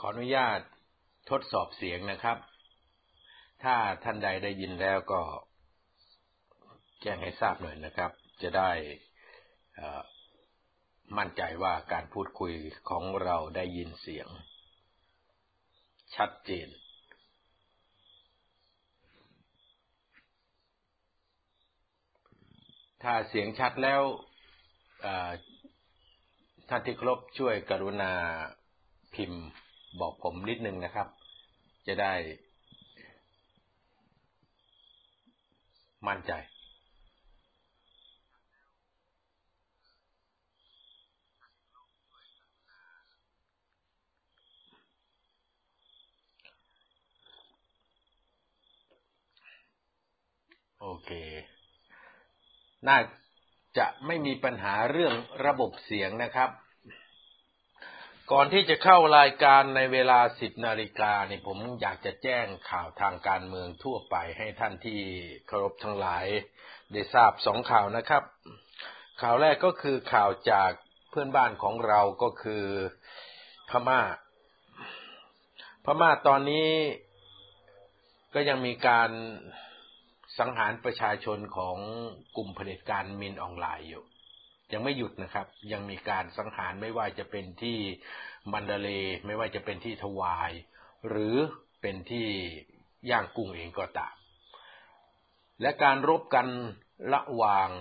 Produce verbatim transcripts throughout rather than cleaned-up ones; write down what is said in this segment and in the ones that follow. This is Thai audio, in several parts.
ออนุญาตทดสอบเสียงนะครับถ้าท่านใดได้ยินแล้วก็แจ้งให้ทราบหน่อยนะครับจะได้มั่นใจว่าการพูดคุยของเราได้ยินเสียงชัดเจนถ้าเสียงชัดแล้วท่านที่เคารพช่วยกรุณาพิมพ์บอกผมนิดนึงนะครับจะได้มั่นใจโอเคน่าจะไม่มีปัญหาเรื่องระบบเสียงนะครับก่อนที่จะเข้ารายการในเวลา สิบนาฬิกาเนี่ยผมอยากจะแจ้งข่าวทางการเมืองทั่วไปให้ท่านที่เคารพทั้งหลายได้ทราบสองข่าวนะครับข่าวแรกก็คือข่าวจากเพื่อนบ้านของเราก็คือพม่าพม่าตอนนี้ก็ยังมีการสังหารประชาชนของกลุ่มเผด็จการมินออนไลน์อยู่ยังไม่หยุดนะครับยังมีการสังหารไม่ว่าจะเป็นที่มันดาเลย์ไม่ว่าจะเป็นที่ทวายหรือเป็นที่ย่างกุ้งเองก็ตามและการรบกันระหว่าง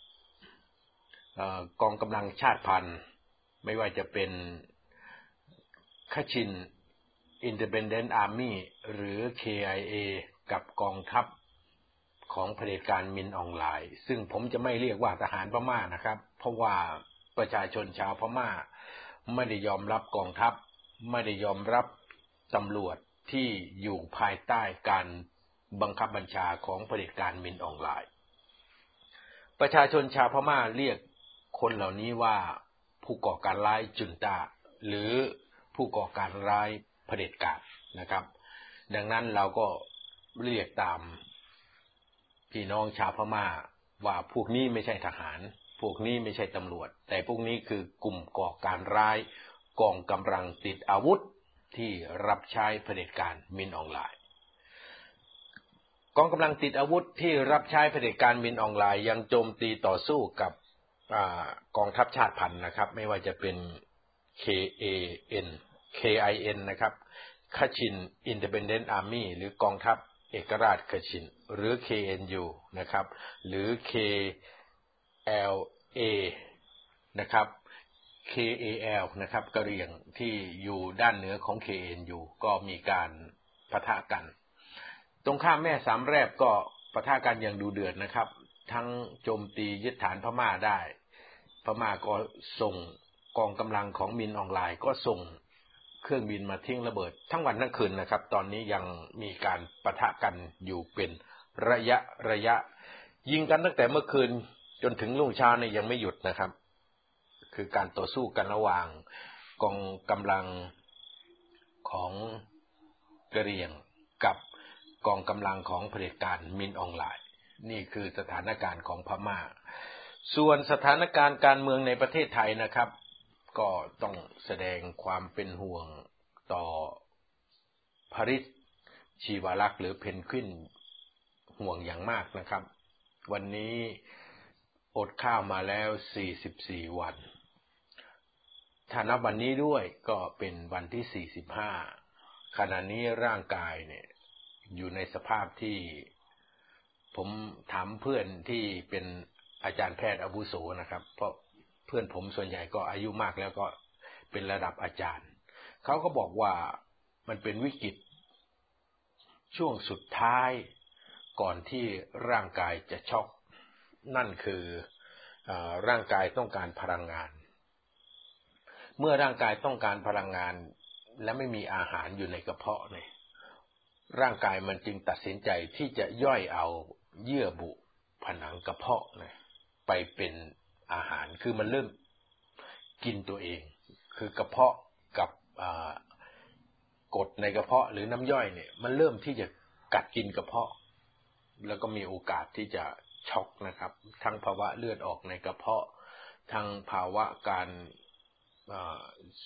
กองกำลังชาติพันธุ์ไม่ว่าจะเป็นคชิน Independent Army หรือ เค ไอ เอ กับกองทัพของเผด็จการมินออนไลน์ซึ่งผมจะไม่เรียกว่าทหารพม่านะครับเพราะว่าประชาชนชาวพม่าไม่ได้ยอมรับกองทัพไม่ได้ยอมรับตำรวจที่อยู่ภายใต้การบังคับบัญชาของเผด็จการมินออนไลน์ประชาชนชาวพม่าเรียกคนเหล่านี้ว่าผู้ก่อการร้ายจุนต้าหรือผู้ก่อการร้ายเผด็จการนะครับดังนั้นเราก็เรียกตามพี่น้องชาวพม่าว่าพวกนี้ไม่ใช่ทหารพวกนี้ไม่ใช่ตำรวจแต่พวกนี้คือกลุ่มก่อการร้ายกองกำลังติดอาวุธที่รับใช้เผด็จการมินออนไลน์กองกำลังติดอาวุธที่รับใช้เผด็จการมินออนไลน์ยังโจมตีต่อสู้กับกองทัพชาติพันธุ์นะครับไม่ว่าจะเป็น เค เอ เอ็น เค ไอ เอ็น นะครับคชิน Independent Army หรือกองทัพเอกราชคชินหรือ เค เอ็น ยู นะครับหรือ เค แอล เอ นะครับ เค เอ แอล นะครับกะเหรี่ยงที่อยู่ด้านเหนือของ เค เอ็น ยู ก็มีการปะทะกันตรงข้ามแม่สามแรบก็ปะทะกันอย่างดูเดือดนะครับทั้งโจมตียึดฐานพม่าได้พม่าก็ส่งกองกำลังของมินออนไลน์ก็ส่งเครื่องบินมาทิ้งระเบิดทั้งวันทั้งคืนนะครับตอนนี้ยังมีการปะทะกันอยู่เป็นระยะระยะยิงกันตั้งแต่เมื่อคืนจนถึงรุ่งเช้าเนี่ยยังไม่หยุดนะครับคือการต่อสู้กันระหว่างกองกำลังของกะเหรี่ยงกับกองกำลังของเผด็จการมินออนไลน์นี่คือสถานการณ์ของพม่าส่วนสถานการณ์การเมืองในประเทศไทยนะครับก็ต้องแสดงความเป็นห่วงต่อพริษชีวลักษณ์หรือเพนกวินห่วงอย่างมากนะครับวันนี้อดข้าวมาแล้วสี่สิบสี่วันถ้านับวันนี้ด้วยก็เป็นวันที่สี่สิบห้าขณะนี้ร่างกายเนี่ยอยู่ในสภาพที่ผมถามเพื่อนที่เป็นอาจารย์แพทย์อาวุโสนะครับเพราะเพื่อนผมส่วนใหญ่ก็อายุมากแล้วก็เป็นระดับอาจารย์เขาก็บอกว่ามันเป็นวิกฤตช่วงสุดท้ายก่อนที่ร่างกายจะช็อกนั่นคือร่างกายต้องการพลังงานเมื่อร่างกายต้องการพลังงานและไม่มีอาหารอยู่ในกระเพาะเนี่ยร่างกายมันจึงตัดสินใจที่จะย่อยเอาเยื่อบุผนังกระเพาะเนี่ยไปเป็นอาหารคือมันเริ่มกินตัวเองคือกระเพาะกับกรดในกระเพาะหรือน้ำย่อยเนี่ยมันเริ่มที่จะกัดกินกระเพาะแล้วก็มีโอกาสที่จะช็อกนะครับทั้งภาวะเลือดออกในกระเพาะทั้งภาวะการ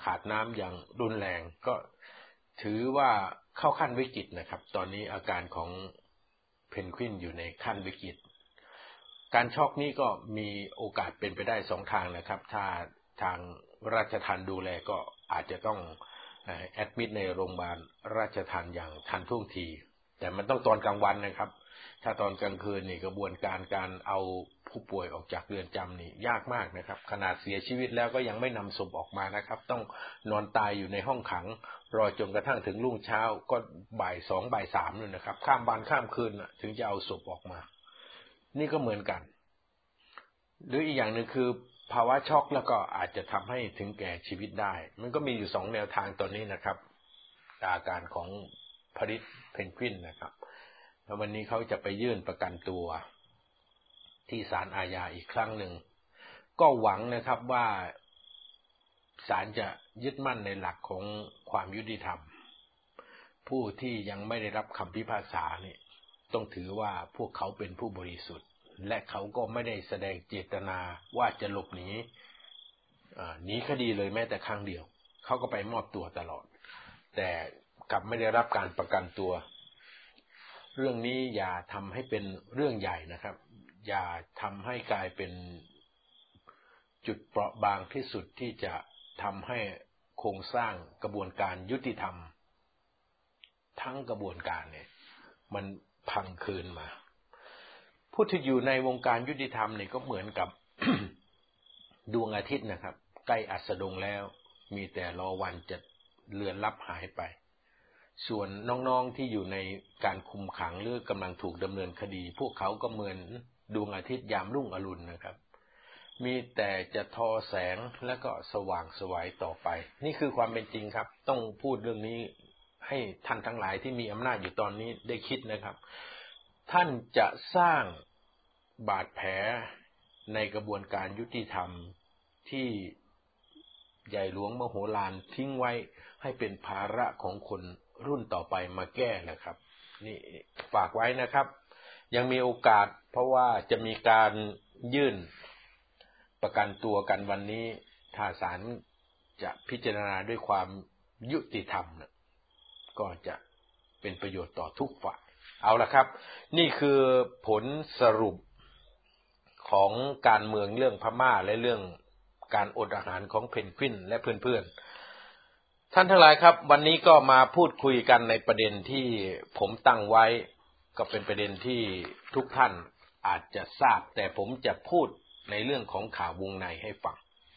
ขาดน้ำอย่างรุนแรงก็ถือว่าเข้าขั้นวิกฤตนะครับตอนนี้อาการของเพนกวินอยู่ในขั้นวิกฤตการช็อกนี้ก็มีโอกาสเป็นไปได้สองทางนะครับถ้าทางราชทัณฑ์ดูแลก็อาจจะต้องแอดมิดในโรงพยาบาลราชทัณฑ์อย่างทันท่วงทีแต่มันต้องตอนกลางวันนะครับถ้าตอนกลางคืนนี่กระบวนการการเอาผู้ป่วยออกจากเรือนจำนี่ยากมากนะครับขนาดเสียชีวิตแล้วก็ยังไม่นำศพออกมานะครับต้องนอนตายอยู่ในห้องขังรอจนกระทั่งถึงรุ่งเช้าก็บ่ายสองบ่ายสามนู่นนะครับข้ามวันข้ามคืนถึงจะเอาศพออกมานี่ก็เหมือนกันหรืออีกอย่างหนึ่งคือภาวะช็อกแล้วก็อาจจะทำให้ถึงแก่ชีวิตได้มันก็มีอยู่สองแนวทางตอนนี้นะครับอาการของพริตเพนกวินนะครับแล้ววันนี้เขาจะไปยื่นประกันตัวที่ศาลอาญาอีกครั้งหนึ่งก็หวังนะครับว่าศาลจะยึดมั่นในหลักของความยุติธรรมผู้ที่ยังไม่ได้รับคำพิพากษานี่ต้องถือว่าพวกเขาเป็นผู้บริสุทธิ์และเขาก็ไม่ได้แสดงเจตนาว่าจะหลบหนีหนีคดีเลยแม้แต่ครั้งเดียวเขาก็ไปมอบตัวตลอดแต่กลับไม่ได้รับการประกันตัวเรื่องนี้อย่าทำให้เป็นเรื่องใหญ่นะครับอย่าทำให้กลายเป็นจุดเปราะบางที่สุดที่จะทำให้โครงสร้างกระบวนการยุติธรรมทั้งกระบวนการเนี่ยมันพังคืนมาผู้ที่อยู่ในวงการยุติธรรมเนี่ยก็เหมือนกับ ดวงอาทิตย์นะครับใกล้อัสดงแล้วมีแต่รอวันจะเลือนลับหายไปส่วนน้องๆที่อยู่ในการคุมขังหรือกำลังถูกดำเนินคดีพวกเขาก็เหมือนดวงอาทิตย์ยามรุ่งอรุณนะครับมีแต่จะทอแสงและก็สว่างไสวต่อไปนี่คือความเป็นจริงครับต้องพูดเรื่องนี้ให้ท่านทั้งหลายที่มีอำนาจอยู่ตอนนี้ได้คิดนะครับท่านจะสร้างบาดแผลในกระบวนการยุติธรรมที่ใหญ่หลวงมโหฬารทิ้งไว้ให้เป็นภาระของคนรุ่นต่อไปมาแก้นะครับนี่ฝากไว้นะครับยังมีโอกาสเพราะว่าจะมีการยื่นประกันตัวกันวันนี้ถ้าศาลจะพิจารณาด้วยความยุติธรรมนะก็จะเป็นประโยชน์ต่อทุกฝ่ายเอาละครับนี่คือผลสรุปของการเมืองเรื่องพม่าและเรื่องการอดอาหารของเพนกวินและเพื่อนๆท่านทั้งหลายครับวันนี้ก็มาพูดคุยกันในประเด็นที่ผมตั้งไว้ก็เป็นประเด็นที่ทุกท่านอาจจะทราบแต่ผมจะพูดในเรื่องของข่าววงในให้ฟัง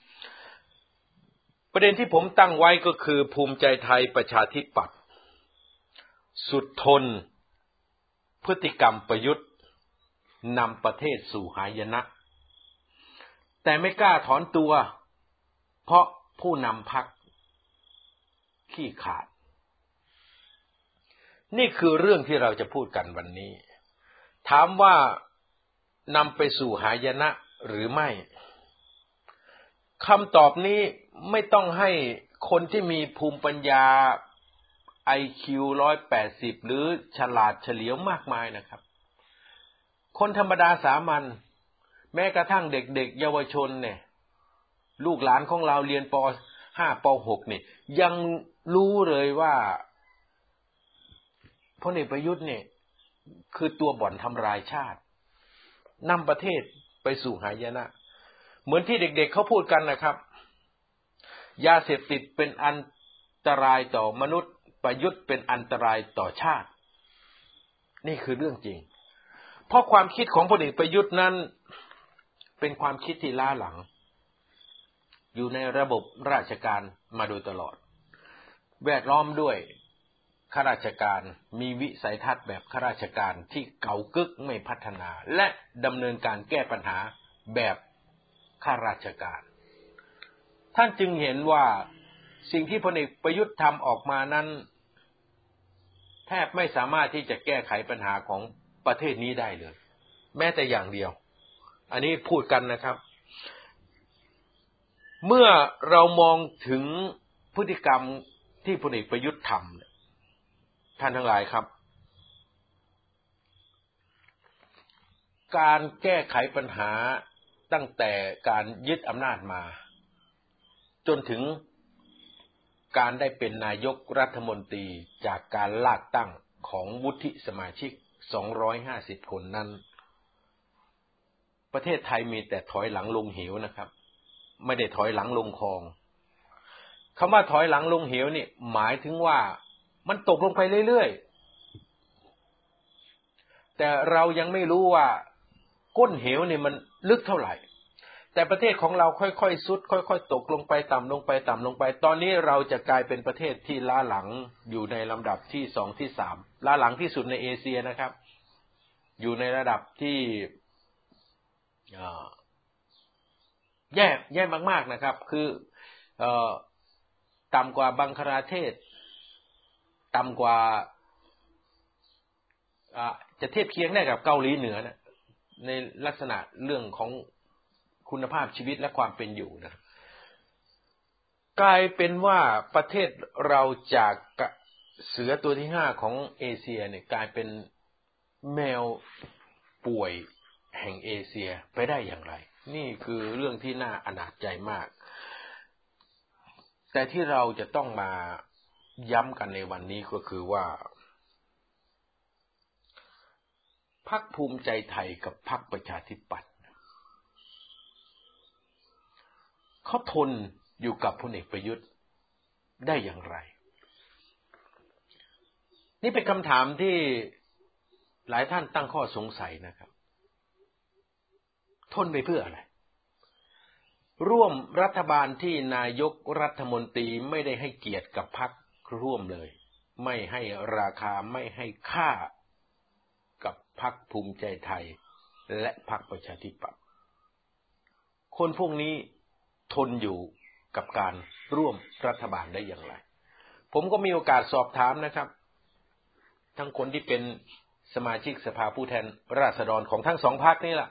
ประเด็นที่ผมตั้งไว้ก็คือภูมิใจไทยประชาธิปัตย์สุดทนพฤติกรรมประยุทธ์นำประเทศสู่หายนะแต่ไม่กล้าถอนตัวเพราะผู้นำพรรคขี้ขาดนี่คือเรื่องที่เราจะพูดกันวันนี้ถามว่านำไปสู่หายนะหรือไม่คำตอบนี้ไม่ต้องให้คนที่มีภูมิปัญญา ไอ คิว หนึ่งร้อยแปดสิบหรือฉลาดเฉลียวมากมายนะครับคนธรรมดาสามัญแม้กระทั่งเด็กๆเยาวชนเนี่ยลูกหลานของเราเรียนป ห้า ป หกนี่ยังรู้เลยว่าพลเอกประยุทธ์เนี่ยคือตัวบ่อนทำลายชาตินำประเทศไปสู่หายนะเหมือนที่เด็กๆ เ, เขาพูดกันนะครับยาเสพติดเป็นอันตรายต่อมนุษย์ประยุทธ์เป็นอันตรายต่อชาตินี่คือเรื่องจริงเพราะความคิดของพลเอกประยุทธ์นั้นเป็นความคิดที่ล้าหลังอยู่ในระบบราชการมาโดยตลอดแวดล้อมด้วยข้าราชการมีวิสัยทัศน์แบบข้าราชการที่เก่ากึกไม่พัฒนาและดำเนินการแก้ปัญหาแบบข้าราชการท่านจึงเห็นว่าสิ่งที่พลเอกประยุทธ์ทำออกมานั้นแทบไม่สามารถที่จะแก้ไขปัญหาของประเทศนี้ได้เลยแม้แต่อย่างเดียวอันนี้พูดกันนะครับเมื่อเรามองถึงพฤติกรรมที่พลเอกประยุทธ์ทำท่านทั้งหลายครับการแก้ไขปัญหาตั้งแต่การยึดอำนาจมาจนถึงการได้เป็นนายกรัฐมนตรีจากการลากตั้งของวุฒิสมาชิกสองร้อยห้าสิบคนนั้นประเทศไทยมีแต่ถอยหลังลงเหวนะครับไม่ได้ถอยหลังลงคลองคำว่าถอยหลังลงเหวนี่หมายถึงว่ามันตกลงไปเรื่อยๆแต่เรายังไม่รู้ว่าก้นเหวนี่มันลึกเท่าไหร่แต่ประเทศของเราค่อยๆซุดค่อยๆตกลงไปต่ำลงไปต่ำลงไปตอนนี้เราจะกลายเป็นประเทศที่ล้าหลังอยู่ในลำดับที่สองที่สามล้าหลังที่สุดในเอเชียนะครับอยู่ในระดับที่แย่แย่มากๆนะครับคือต่ำกว่าบังคลาเทศต่ำกว่าจะเทียบเคียงได้กับเกาหลีเหนือนะในลักษณะเรื่องของคุณภาพชีวิตและความเป็นอยู่นะกลายเป็นว่าประเทศเราจากเสือตัวที่ห้าของเอเชียเนี่ยกลายเป็นแมวป่วยแห่งเอเชียไปได้อย่างไรนี่คือเรื่องที่น่าอนาจใจมากแต่ที่เราจะต้องมาย้ำกันในวันนี้ก็คือว่าพรรคภูมิใจไทยกับพรรคประชาธิปัตย์เขาทนอยู่กับพลเอกประยุทธ์ได้อย่างไรนี่เป็นคำถามที่หลายท่านตั้งข้อสงสัยนะครับทนไปเพื่ออะไรร่วมรัฐบาลที่นายกรัฐมนตรีไม่ได้ให้เกียรติกับพรรคร่วมเลยไม่ให้ราคาไม่ให้ค่ากับพรรคภูมิใจไทยและพรรคประชาธิปัตย์คนพวกนี้ทนอยู่กับการร่วมรัฐบาลได้อย่างไรผมก็มีโอกาสสอบถามนะครับทั้งคนที่เป็นสมาชิกสภาผู้แทนราษฎรของทั้งสองพรรคนี่แหละ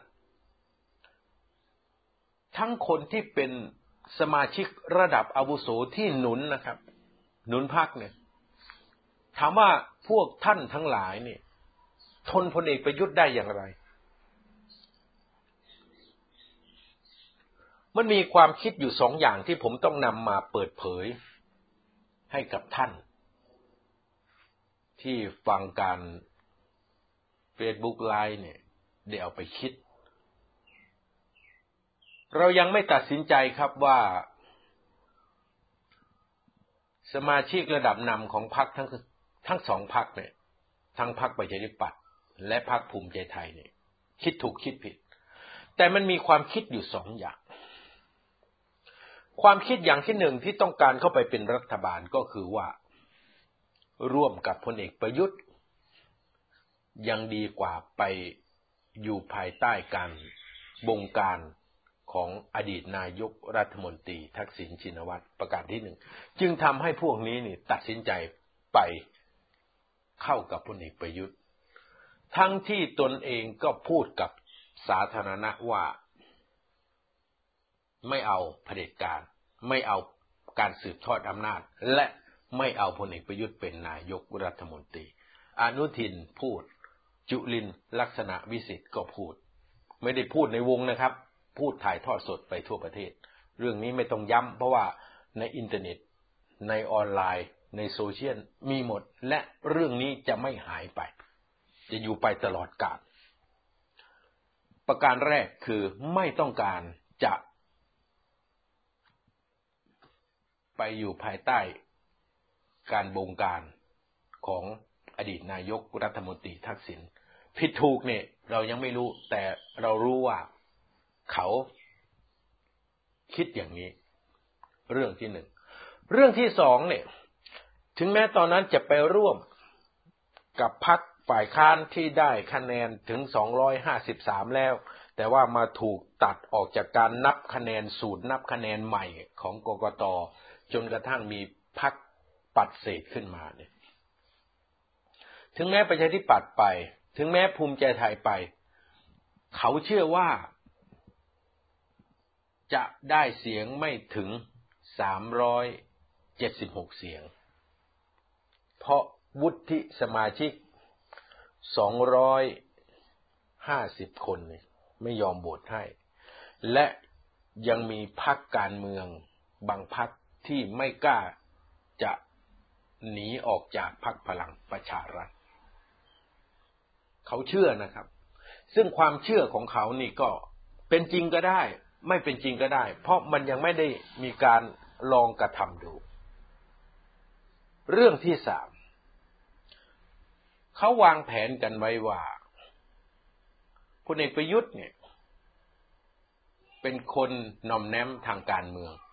ทั้งคนที่เป็นสมาชิกระดับอาวุโสที่หนุนนะครับหนุนพรรคเนี่ยถามว่าพวกท่านทั้งหลายเนี่ยทนพลเอกประยุทธ์ได้อย่างไรมันมีความคิดอยู่สองอย่างที่ผมต้องนำมาเปิดเผยให้กับท่านที่ฟังการ Facebook Live เนี่ยได้เอาไปคิดเรายังไม่ตัดสินใจครับว่าสมาชิกระดับนำของพรรคทั้งทั้งสองพรรคเนี่ยทั้งพรรคประชาธิปัตย์และพรรคภูมิใจไทยเนี่ยคิดถูกคิดผิดแต่มันมีความคิดอยู่สองอย่างความคิดอย่างที่หนึ่งที่ต้องการเข้าไปเป็นรัฐบาลก็คือว่าร่วมกับพลเอกประยุทธ์ยังดีกว่าไปอยู่ภายใต้การบงการของอดีตนายกรัฐมนตรีทักษิณชินวัตรประการที่หนึ่งจึงทำให้พวกนี้นี่ตัดสินใจไปเข้ากับพลเอกประยุทธ์ทั้งที่ตนเองก็พูดกับสาธารณะว่าไม่เอาเผด็จการไม่เอาการสืบทอดอำนาจและไม่เอาพลเอกประยุทธ์เป็นนายกรัฐมนตรีอนุทินพูดจุลินทร์ลักษณะวิสิทธิ์ก็พูดไม่ได้พูดในวงนะครับพูดถ่ายทอดสดไปทั่วประเทศเรื่องนี้ไม่ต้องย้ำเพราะว่าในอินเทอร์เน็ตในออนไลน์ในโซเชียลมีหมดและเรื่องนี้จะไม่หายไปจะอยู่ไปตลอดกาลประการแรกคือไม่ต้องการจะไปอยู่ภายใต้การบงการของอดีตนายกรัฐมนตรีทักษิณผิดถูกเนี่ยเรายังไม่รู้แต่เรารู้ว่าเขาคิดอย่างนี้เรื่องที่หนึ่งเรื่องที่สองเนี่ยถึงแม้ตอนนั้นจะไปร่วมกับพรรคฝ่ายค้านที่ได้คะแนนถึงสองร้อยห้าสิบสามแล้วแต่ว่ามาถูกตัดออกจากการนับคะแนนสูตรนับคะแนนใหม่ของกกต.จนกระทั่งมีพรรคปัดเศษขึ้นมาเนี่ยถึงแม้ประชาธิปัตย์ไปถึงแม้ภูมิใจไทยไปเขาเชื่อว่าจะได้เสียงไม่ถึงสามร้อยเจ็ดสิบหกเสียงเพราะวุฒิสมาชิกสองร้อยห้าสิบคนไม่ยอมโหวตให้และยังมีพรรคการเมืองบางพรรคที่ไม่กล้าจะหนีออกจากพรรคพลังประชารัฐเขาเชื่อนะครับซึ่งความเชื่อของเขานี่ก็เป็นจริงก็ได้ไม่เป็นจริงก็ได้เพราะมันยังไม่ได้มีการลองกระทำดูเรื่องที่สามเขาวางแผนกันไว้ว่าพลเอกประยุทธ์เนี่ยเป็นคนหน่อมแนมทางการเมือง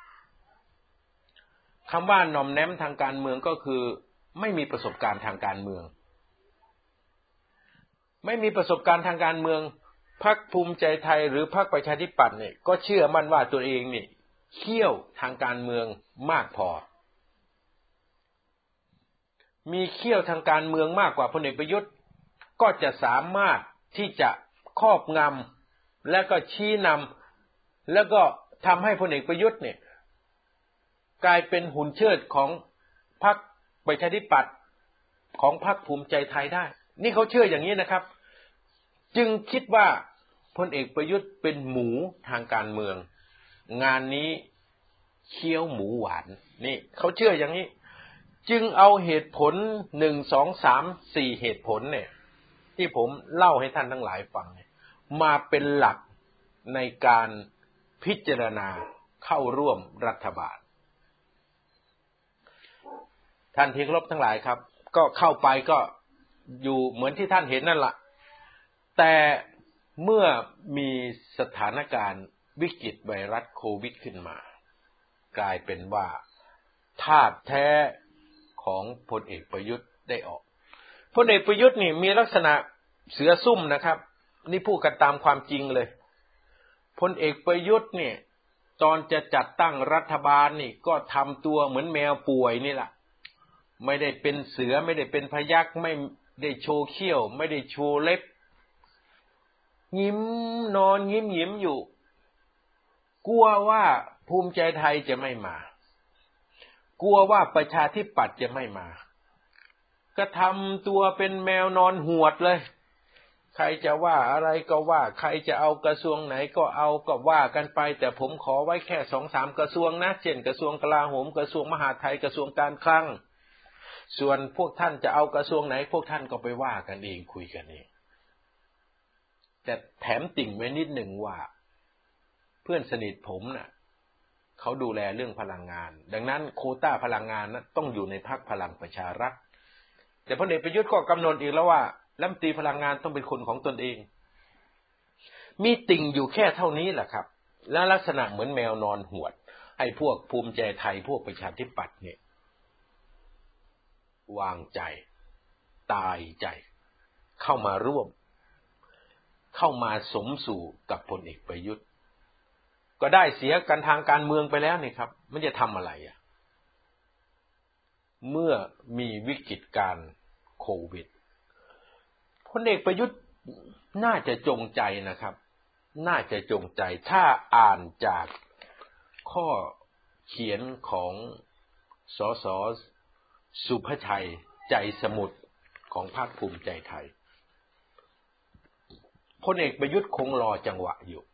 คำว่าหน่อมแนมทางการเมืองก็คือไม่มีประสบการณ์ทางการเมืองไม่มีประสบการณ์ทางการเมืองพรรคภูมิใจไทยหรือพรรคประชาธิปัตย์เนี่ยก็เชื่อมั่นว่าตัวเองนี่เขี้ยวทางการเมืองมากพอมีเขี้ยวทางการเมืองมากกว่าพลเอกประยุทธ์ก็จะสามารถที่จะครอบงำและก็ชี้นำแล้วก็ทำให้พลเอกประยุทธ์เนี่ยกลายเป็นหุ่นเชิดของพรรคประชาธิปัตย์ของพรรคภูมิใจไทยได้นี่เขาเชื่ออย่างนี้นะครับจึงคิดว่าพลเอกประยุทธ์เป็นหมูทางการเมืองงานนี้เคี้ยวหมูหวานนี่เขาเชื่ออย่างนี้จึงเอาเหตุผลหนึ่งสองสามสี่เหตุผลเนี่ยที่ผมเล่าให้ท่านทั้งหลายฟังเนี่ยมาเป็นหลักในการพิจารณาเข้าร่วมรัฐบาลท่านที่เคารพทั้งหลายครับก็เข้าไปก็อยู่เหมือนที่ท่านเห็นนั่นแหละแต่เมื่อมีสถานการณ์วิกฤตไวรัสโควิดขึ้นมากลายเป็นว่าธาตุแท้ของพลเอกประยุทธ์ได้ออกพลเอกประยุทธ์นี่มีลักษณะเสือซุ่มนะครับนี่พูดกันตามความจริงเลยพลเอกประยุทธ์เนี่ยตอนจะจัดตั้งรัฐบาลนี่ก็ทำตัวเหมือนแมวป่วยนี่แหละไม่ได้เป็นเสือไม่ได้เป็นพยัคฆ์ไม่ได้โชว์เขี้ยวไม่ได้โชว์เล็บยิ้มนอนยิ้มยิ้มอยู่กลัวว่าภูมิใจไทยจะไม่มากลัวว่าประชาธิปัตย์จะไม่มาก็ทำตัวเป็นแมวนอนหวดเลยใครจะว่าอะไรก็ว่าใครจะเอากระทรวงไหนก็เอาก็ว่ากันไปแต่ผมขอไว้แค่สองสามกระทรวงนะเช่นกระทรวงกลาโหมกระทรวงมหาดไทยกระทรวงการคลังส่วนพวกท่านจะเอากระทรวงไหนพวกท่านก็ไปว่ากันเองคุยกันเองแต่แถมติ่งไว้นิดหนึ่งว่าเพื่อนสนิทผมน่ะเขาดูแลเรื่องพลังงานดังนั้นโควต้าพลังงานนั้นต้องอยู่ในพรรคพลังประชารัฐแต่พลเอกประยุทธ์ก็กำหนดอีกแล้วว่ารัฐมนตรีพลังงานต้องเป็นคนของตนเองมีติ่งอยู่แค่เท่านี้แหละครับและลักษณะเหมือนแมวนอนหวดให้พวกภูมิใจไทยพวกประชาธิปัตย์เนี่ยวางใจตายใจเข้ามาร่วมเข้ามาสมสู่กับพลเอกประยุทธ์ก็ได้เสียกันทางการเมืองไปแล้วนี่ครับมันจะทำอะไรอ่ะเมื่อมีวิกฤตการณ์โควิดพลเอกประยุทธ์น่าจะจงใจนะครับน่าจะจงใจถ้าอ่านจากข้อเขียนของสสสุภชัยใจสมุทรของพรรคภูมิใจไทยพลเอกประยุทธ์คงรอจังหวะอยู่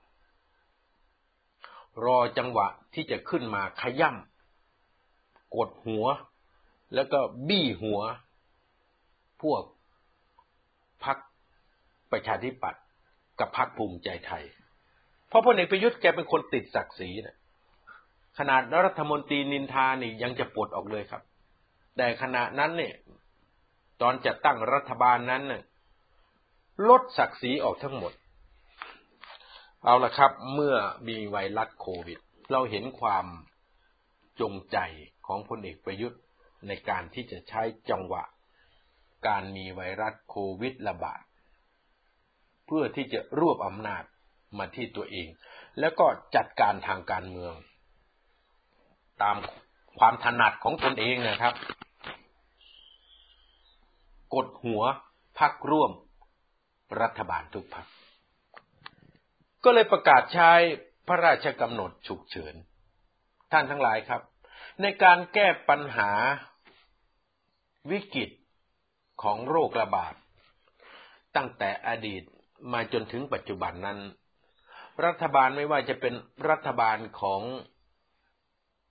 รอจังหวะที่จะขึ้นมาขย่ำกดหัวแล้วก็บี้หัวพวกพรรคประชาธิปัตย์กับพรรคภูมิใจไทยเพราะพลเอกประยุทธ์แกเป็นคนติดศักดิ์ศรีนะขนาดรัฐมนตรีนินทานี่ยังจะปลดออกเลยครับแต่ขณะนั้นเนี่ยตอนจัดตั้งรัฐบาลนั้นเนี่ยลดศักดิ์ศรีออกทั้งหมดเอาละครับเมื่อมีไวรัสโควิดเราเห็นความจงใจของพลเอกประยุทธ์ในการที่จะใช้จังหวะการมีไวรัสโควิดระบาดเพื่อที่จะรวบอำนาจมาที่ตัวเองแล้วก็จัดการทางการเมืองตามความถนัดของตนเองนะครับกดหัวพรรคร่วมรัฐบาลทุกพรรคก็เลยประกาศใช้พระราชกำหนดฉุกเฉินท่านทั้งหลายครับในการแก้ปัญหาวิกฤตของโรคระบาดตั้งแต่อดีตมาจนถึงปัจจุบันนั้นรัฐบาลไม่ว่าจะเป็นรัฐบาลของ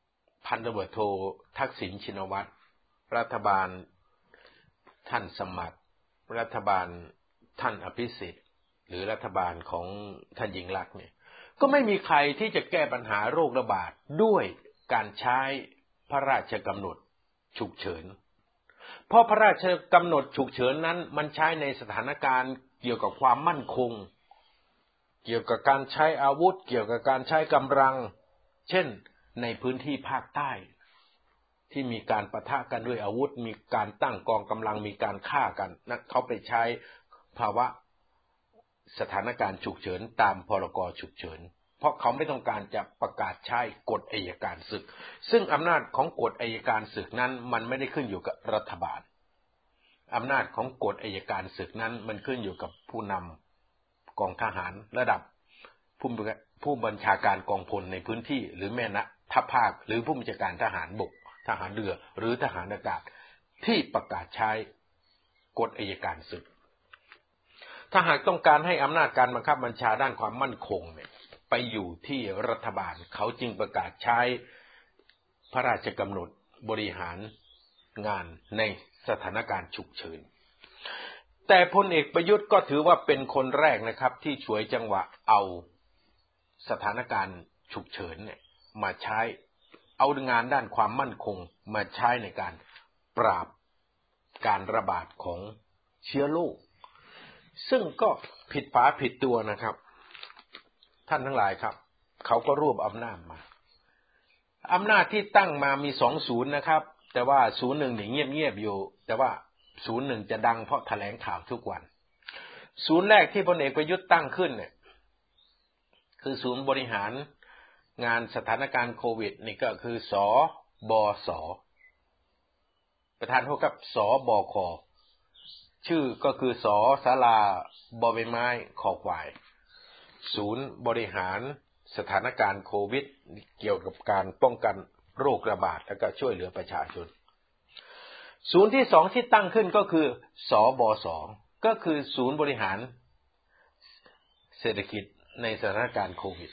พันตำรวจโททักษิณชินวัตรรัฐบาลท่านสมัครรัฐบาลท่านอภิสิทธิ์หรือรัฐบาลของท่านยิ่งลักษณ์เนี่ยก็ไม่มีใครที่จะแก้ปัญหาโรคระบาดด้วยการใช้พระราชกำหนดฉุกเฉินเพราะพระราชกำหนดฉุกเฉินนั้นมันใช้ในสถานการณ์เกี่ยวกับความมั่นคงเกี่ยวกับการใช้อาวุธเกี่ยวกับการใช้กำลังเช่นในพื้นที่ภาคใต้ที่มีการปะทะกันด้วยอาวุธมีการตั้งกองกำลังมีการฆ่ากันนะเขาไปใช้ภาวะสถานการณ์ฉุกเฉินตามพรกฉุกเฉินเพราะเขาไม่ต้องการจะประกาศใช้กฎอัยการศึกซึ่งอำนาจของกฎอัยการศึกนั้นมันไม่ได้ขึ้นอยู่กับรัฐบาลอำนาจของกฎอัยการศึกนั้นมันขึ้นอยู่กับผู้นำกองทหารระดับผู้ผู้บัญชาการกองพลในพื้นที่หรือแม่ทัพภาคหรือผู้บัญชาการทหารบกทหารเรือหรือทหารอากาศที่ประกาศใช้กฎอัยการศึกถ้าหากต้องการให้อำนาจการบังคับบัญชาด้านความมั่นคงเนี่ยไปอยู่ที่รัฐบาลเขาจึงประกาศใช้พระราชกำหนดบริหารงานในสถานการณ์ฉุกเฉินแต่พลเอกประยุทธ์ก็ถือว่าเป็นคนแรกนะครับที่ฉวยจังหวะเอาสถานการณ์ฉุกเฉินเนี่ยมาใช้เอางานด้านความมั่นคงมาใช้ในการปราบการระบาดของเชื้อโรคซึ่งก็ผิดฝาผิดตัวนะครับท่านทั้งหลายครับเขาก็รวบอำนาจมาอำนาจที่ตั้งมามีสองศูนย์นะครับแต่ว่าศูนย์หนึ่งนี่เงียบๆอยู่แต่ว่าศูนย์หนึ่งจะดังเพราะแถลงข่าวทุกวันศูนย์แรกที่พลเอกประยุทธ์ตั้งขึ้นเนี่ยคือศูนย์บริหารงานสถานการณ์โควิดนี่ก็คือสบสประธานโทษครับสบคชื่อก็คือสศาลาบอใบไม้คอควายศูนย์บริหารสถานการณ์โควิดเกี่ยวกับการป้องกันโรคระบาดและก็ช่วยเหลือประชาชนศูนย์ที่สองที่ตั้งขึ้นก็คือสบสก็คือศูนย์บริหารเศรษฐกิจในสถานการณ์โควิด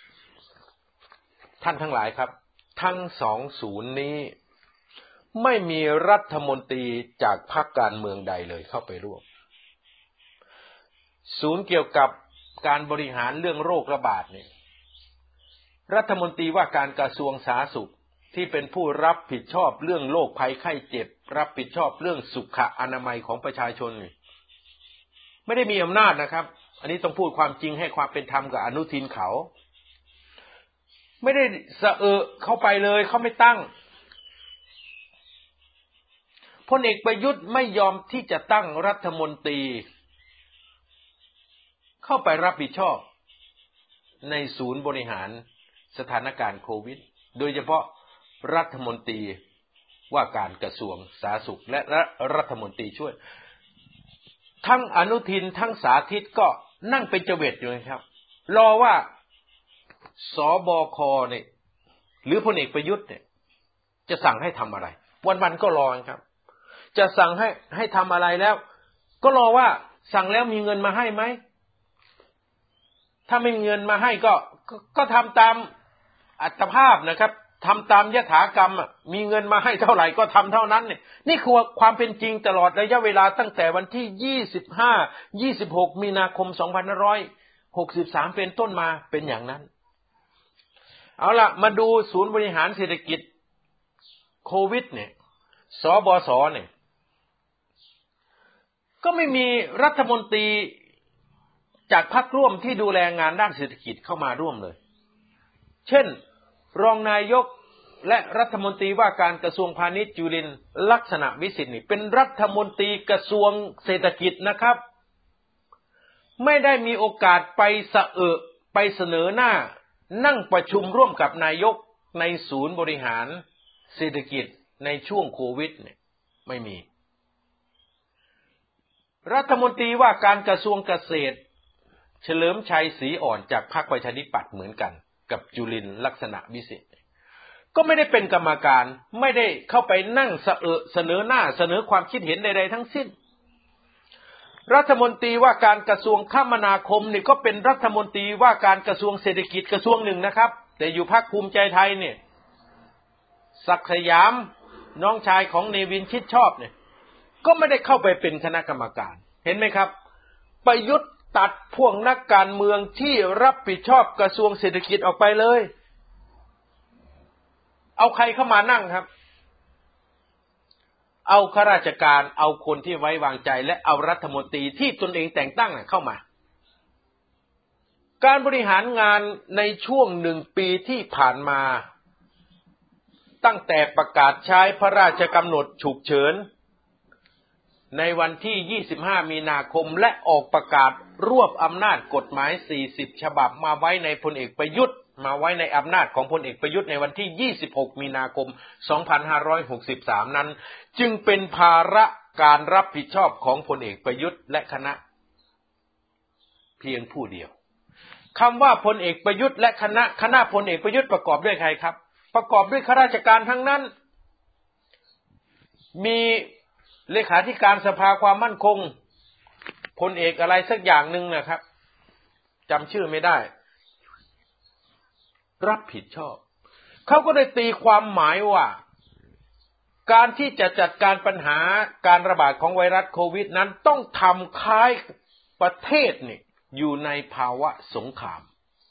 ท่านทั้งหลายครับทั้งสองศูนย์นี้ไม่มีรัฐมนตรีจากพรรคการเมืองใดเลยเข้าไปร่วมศูนย์เกี่ยวกับการบริหารเรื่องโรคระบาดเนี่ยรัฐมนตรีว่าการกระทรวงสาธารณสุขที่เป็นผู้รับผิดชอบเรื่องโรคภัยไข้เจ็บรับผิดชอบเรื่องสุขอนามัยของประชาชนไม่ได้มีอำนาจนะครับอันนี้ต้องพูดความจริงให้ความเป็นธรรมกับอนุทินเขาไม่ได้สะเอะเข้าไปเลยเขาไม่ตั้งพลเอกประยุทธ์ไม่ยอมที่จะตั้งรัฐมนตรีเข้าไปรับผิดชอบในศูนย์บริหารสถานการณ์โควิดโดยเฉพาะรัฐมนตรีว่าการกระทรวงสาธารณสุขและรัฐมนตรีช่วยทั้งอนุทินทั้งสาธิตก็นั่งเป็นเจวิตอยู่ครับรอว่าสบคเนี่ยหรือพลเอกประยุทธ์เนี่ยจะสั่งให้ทำอะไรวันๆก็รอครับจะสั่งให้ให้ทำอะไรแล้วก็รอว่าสั่งแล้วมีเงินมาให้ไหมถ้าไม่มีเงินมาให้ก็ก็ก็ทำตามอัตภาพนะครับทำตามยถากรรมมีเงินมาให้เท่าไหร่ก็ทำเท่านั้นเนี่ยนี่คือความเป็นจริงตลอดระยะเวลาตั้งแต่วันที่ยี่สิบห้า ยี่สิบหกมีนาคมสองพันห้าร้อยหกสิบสามเป็นต้นมาเป็นอย่างนั้นเอาล่ะมาดูศูนย์บริหารเศรษฐกิจโควิดเนี่ยสบสเนี่ยก็ไม่มีรัฐมนตรีจากพรรคร่วมที่ดูแลงานด้านเศรษฐกิจเข้ามาร่วมเลยเช่นรองนายกและรัฐมนตรีว่าการกระทรวงพาณิชย์จุลินทร์ลักษณะวิสิทธิ์นี่เป็นรัฐมนตรีกระทรวงเศรษฐกิจนะครับไม่ได้มีโอกาสไปสะเอะไปเสนอหน้านั่งประชุมร่วมกับนายกในศูนย์บริหารเศรษฐกิจในช่วงโควิดเนี่ยไม่มีรัฐมนตรีว่าการกระทรวงเกษตรเฉลิมชัยศรีอ่อนจากพรรคประชาธิปัตย์เหมือนกันกับจุลินทร์ลักษณะวิสิทธิ์ก็ไม่ได้เป็นกรรมการไม่ได้เข้าไปนั่งเสอะเสนอหน้าเสนอความคิดเห็นใดๆทั้งสิ้นรัฐมนตรีว่าการกระทรวงคมนาคมนี่ก็เป็นรัฐมนตรีว่าการกระทรวงเศรษฐกิจกระทรวงหนึ่งนะครับแต่อยู่พรรคภูมิใจไทยเนี่ยศักดิ์สยามน้องชายของเนวินชิดชอบเนี่ยก็ไม่ได้เข้าไปเป็นคณะกรรมการเห็นไหมครับประยุทธ์ตัดพวกนักการเมืองที่รับผิดชอบกระทรวงเศรษฐกิจออกไปเลยเอาใครเข้ามานั่งครับเอาข้าราชการเอาคนที่ไว้วางใจและเอารัฐมนตรีที่ตนเองแต่งตั้งเข้ามาการบริหารงานในช่วงหนึ่งปีที่ผ่านมาตั้งแต่ประกาศใช้พระราชกำหนดฉุกเฉินในวันที่ยี่สิบห้ามีนาคมและออกประกาศรวบอำนาจกฎหมายสี่สิบฉบับมาไว้ในพลเอกประยุทธ์มาไว้ในอำนาจของพลเอกประยุทธ์ในวันที่ยี่สิบหกมีนาคมสองพันห้าร้อยหกสิบสามนั้นจึงเป็นภาระการรับผิดชอบของพลเอกประยุทธ์และคณะเพียงผู้เดียวคำว่าพลเอกประยุทธ์และคณะคณะพลเอกประยุทธ์ประกอบด้วยใครครับประกอบด้วยข้าราชการทั้งนั้นมีเลขาธิการสภาความมั่นคงพลเอกอะไรสักอย่างหนึ่งนะครับจำชื่อไม่ได้รับผิดชอบเขาก็ได้ตีความหมายว่าการที่จะจัดการปัญหาการระบาดของไวรัสโควิดนั้นต้องทำคล้ายประเทศนี่อยู่ในภาวะสงคราม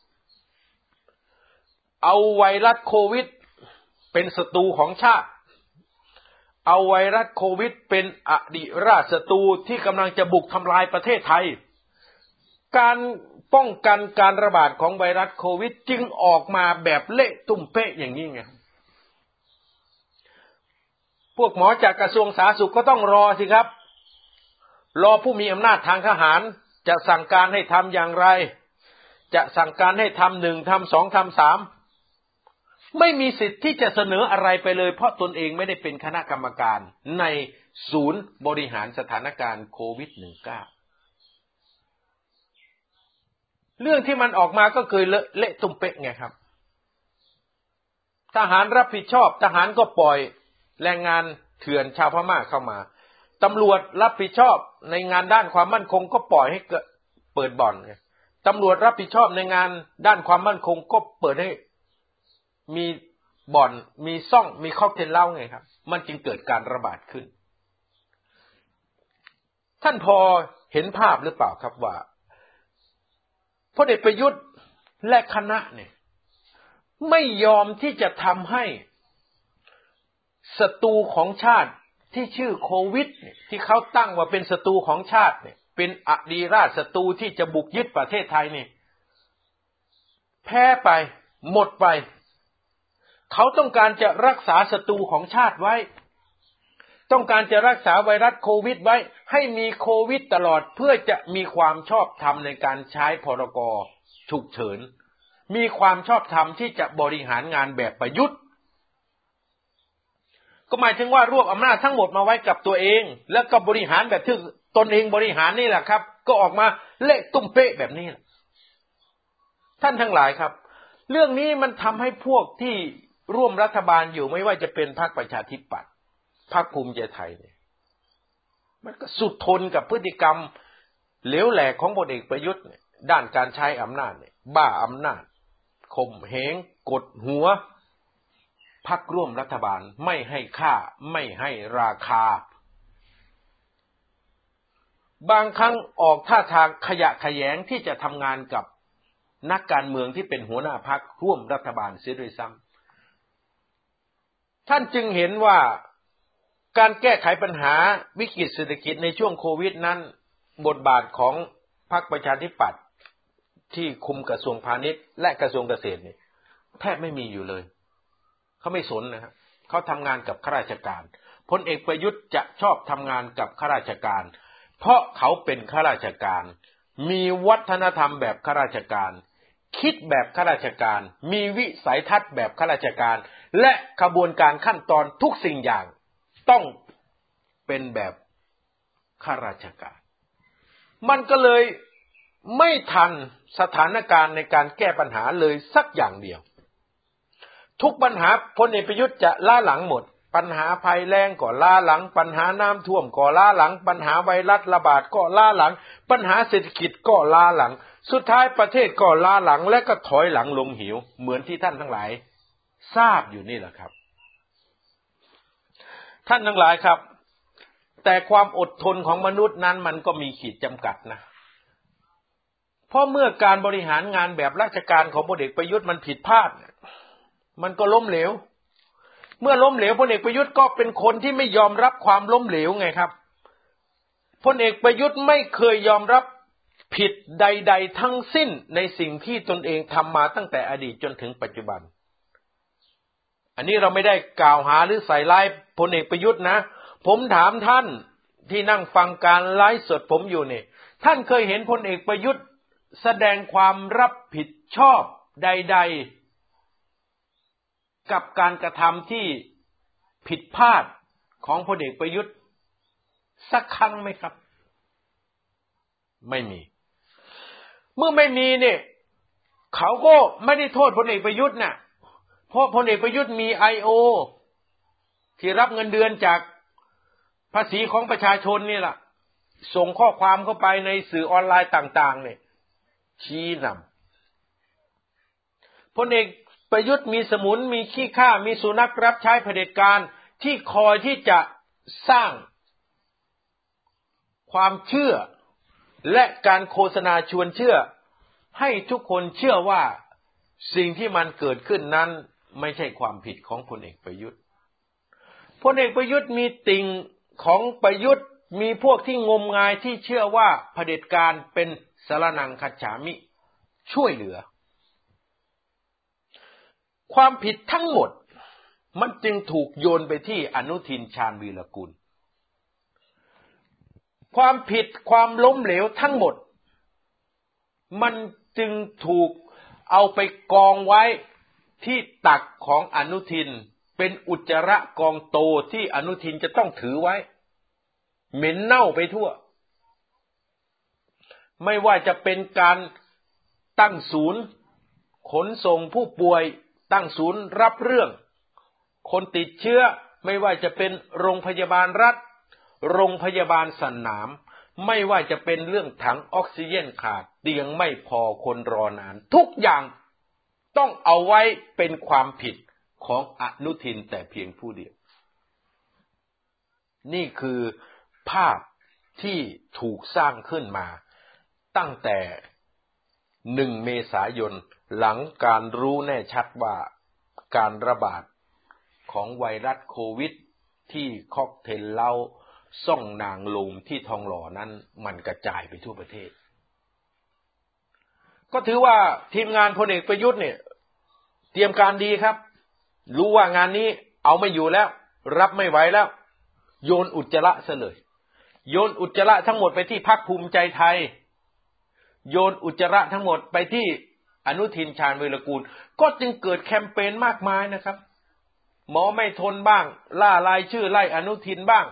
เอาไวรัสโควิดเป็นศัตรูของชาติเอาไวรัสโควิดเป็นอดีราชศัตรูที่กำลังจะบุกทำลายประเทศไทยการป้องกันการระบาดของไวรัสโควิดจึงออกมาแบบเละตุ้มเป๊ะอย่างนี้ไงพวกหมอจากกระทรวงสาธารณสุขก็ต้องรอสิครับรอผู้มีอำนาจทางทหารจะสั่งการให้ทำอย่างไรจะสั่งการให้ทำหนึ่งทำสองทำสามไม่มีสิทธิ์ที่จะเสนออะไรไปเลยเพราะตนเองไม่ได้เป็นคณะกรรมการในศูนย์บริหารสถานการณ์โควิด สิบเก้า เรื่องที่มันออกมาก็คือเลอะเละตุ้มเป๊ะไงครับทหารรับผิดชอบทหารก็ปล่อยแรงงานเถื่อนชาวพม่าเข้ามาตำรวจรับผิดชอบในงานด้านความมั่นคงก็ปล่อยให้เปิดบ่อนไงตำรวจรับผิดชอบในงานด้านความมั่นคงก็เปิดให้มีบ่อนมีซ่องมีค็อกเทลเหล้าไงครับมันจึงเกิดการระบาดขึ้นท่านพอเห็นภาพหรือเปล่าครับว่าพลเอกประยุทธ์และคณะเนี่ยไม่ยอมที่จะทำให้ศัตรูของชาติที่ชื่อโควิดเนี่ยที่เขาตั้งว่าเป็นศัตรูของชาติเนี่ยเป็นอดีราชศัตรูที่จะบุกยึดประเทศไทยเนี่ยแพ้ไปหมดไปเขาต้องการจะรักษาศัตรูของชาติไว้ต้องการจะรักษาไวรัสโควิดไว้ให้มีโควิดตลอดเพื่อจะมีความชอบธรรมในการใช้พรกฉุกเฉินมีความชอบธรรมที่จะบริหารงานแบบประยุทธ์ก็หมายถึงว่ารวบอำนาจทั้งหมดมาไว้กับตัวเองแล้วก็บริหารแบบที่ตนเองบริหารนี่แหละครับก็ออกมาเละตุ้มเป๊ะแบบนี้ท่านทั้งหลายครับเรื่องนี้มันทำให้พวกที่ร่วมรัฐบาลอยู่ไม่ว่าจะเป็นพรรคประชาธิปัตย์พรรคภูมิใจไทยเนี่ยมันก็สุดทนกับพฤติกรรมเหลวแหลกของพลเอกประยุทธ์เนี่ยด้านการใช้อำนาจเนี่ยบ้าอำนาจข่มเหงกดหัวพรรคร่วมรัฐบาลไม่ให้ค่าไม่ให้ราคาบางครั้งออกท่าทางขยะแขยงที่จะทำงานกับนักการเมืองที่เป็นหัวหน้าพรรคร่วมรัฐบาลเสียด้วยซ้ำท่านจึงเห็นว่าการแก้ไขปัญหาวิกฤตเศรษฐกิจในช่วงโควิดนั้นบทบาทของพรรคประชาธิปัตย์ที่คุมกระทรวงพาณิชย์และกระทรวงเกษตรนี่แทบไม่มีอยู่เลยเขาไม่สนนะครับเขาทำงานกับข้าราชการพลเอกประยุทธ์จะชอบทำงานกับข้าราชการเพราะเขาเป็นข้าราชการมีวัฒนธรรมแบบข้าราชการคิดแบบข้าราชการมีวิสัยทัศน์แบบข้าราชการและกระบวนการขั้นตอนทุกสิ่งอย่างต้องเป็นแบบข้าราชการมันก็เลยไม่ทันสถานการณ์ในการแก้ปัญหาเลยสักอย่างเดียวทุกปัญหาพลเอกประยุทธ์จะล้าหลังหมดปัญหาภัยแล้งก็ล้าหลังปัญหาน้ำท่วมก็ล้าหลังปัญหาไวรัสระบาดก็ล้าหลังปัญหาเศรษฐกิจก็ล้าหลังสุดท้ายประเทศก็ล้าหลังและก็ถอยหลังลงเหวเหมือนที่ท่านทั้งหลายทราบอยู่นี่แหละครับท่านทั้งหลายครับแต่ความอดทนของมนุษย์นั้นมันก็มีขีดจำกัดนะเพราะเมื่อการบริหารงานแบบราชการของพลเอกประยุทธ์มันผิดพลาดมันก็ล้มเหลวเมื่อล้มเหลวพลเอกประยุทธ์ก็เป็นคนที่ไม่ยอมรับความล้มเหลวไงครับพลเอกประยุทธ์ไม่เคยยอมรับผิดใดๆทั้งสิ้นในสิ่งที่ตนเองทำมาตั้งแต่อดีตจนถึงปัจจุบันอันนี้เราไม่ได้กล่าวหาหรือใส่ร้ายพลเอกประยุทธ์นะผมถามท่านที่นั่งฟังการไลฟ์สดผมอยู่นี่ท่านเคยเห็นพลเอกประยุทธ์แสดงความรับผิดชอบใดๆกับการกระทำที่ผิดพลาดของพลเอกประยุทธ์สักครั้งไหมครับไม่มีเมื่อไม่มีเนี่ยเขาก็ไม่ได้โทษพลเอกประยุทธ์น่ะเพราะพลเอกประยุทธ์มี ไอ โอ ที่รับเงินเดือนจากภาษีของประชาชนนี่แหละส่งข้อความเข้าไปในสื่อออนไลน์ต่างๆเนี่ยชี้นำพลเอกประยุทธ์มีสมุนมีขี้ข้ามีสุนัขรับใช้เผด็จการที่คอยที่จะสร้างความเชื่อและการโฆษณาชวนเชื่อให้ทุกคนเชื่อว่าสิ่งที่มันเกิดขึ้นนั้นไม่ใช่ความผิดของพลเอกประยุทธ์พลเอกประยุทธ์มีติ่งของประยุทธ์มีพวกที่งมงายที่เชื่อว่าเผด็จการเป็นสรณังคัจฉามิช่วยเหลือความผิดทั้งหมดมันจึงถูกโยนไปที่อนุทินชาญวีรกุลความผิดความล้มเหลวทั้งหมดมันจึงถูกเอาไปกองไว้ที่ตักของอนุทินเป็นอุจจาระกองโตที่อนุทินจะต้องถือไว้เหม็นเน่าไปทั่วไม่ว่าจะเป็นการตั้งศูนย์ขนส่งผู้ป่วยตั้งศูนย์รับเรื่องคนติดเชื้อไม่ว่าจะเป็นโรงพยาบาลรัฐโรงพยาบาลสนามไม่ว่าจะเป็นเรื่องถังออกซิเจนขาดเตียงไม่พอคนรอนานทุกอย่างต้องเอาไว้เป็นความผิดของอนุทินแต่เพียงผู้เดียวนี่คือภาพที่ถูกสร้างขึ้นมาตั้งแต่หนึ่งเมษายนหลังการรู้แน่ชัดว่าการระบาดของไวรัสโควิดที่ค็อกเทลเหล้าซ่องนางลมที่ทองหล่อนั้นมันกระจายไปทั่วประเทศก็ถือว่าทีมงานพลเอกประยุทธ์เนี่ยเตรียมการดีครับรู้ว่างานนี้เอาไม่อยู่แล้วรับไม่ไหวแล้วโยนอุจจาระซะเลยโยนอุจจาระทั้งหมดไปที่พรรคภูมิใจไทยโยนอุจจาระทั้งหมดไปที่อนุทินชาญวีรกูลก็จึงเกิดแคมเปญมากมายนะครับหมอไม่ทนบ้างล่ารายชื่อไล่อนุทินบ้าง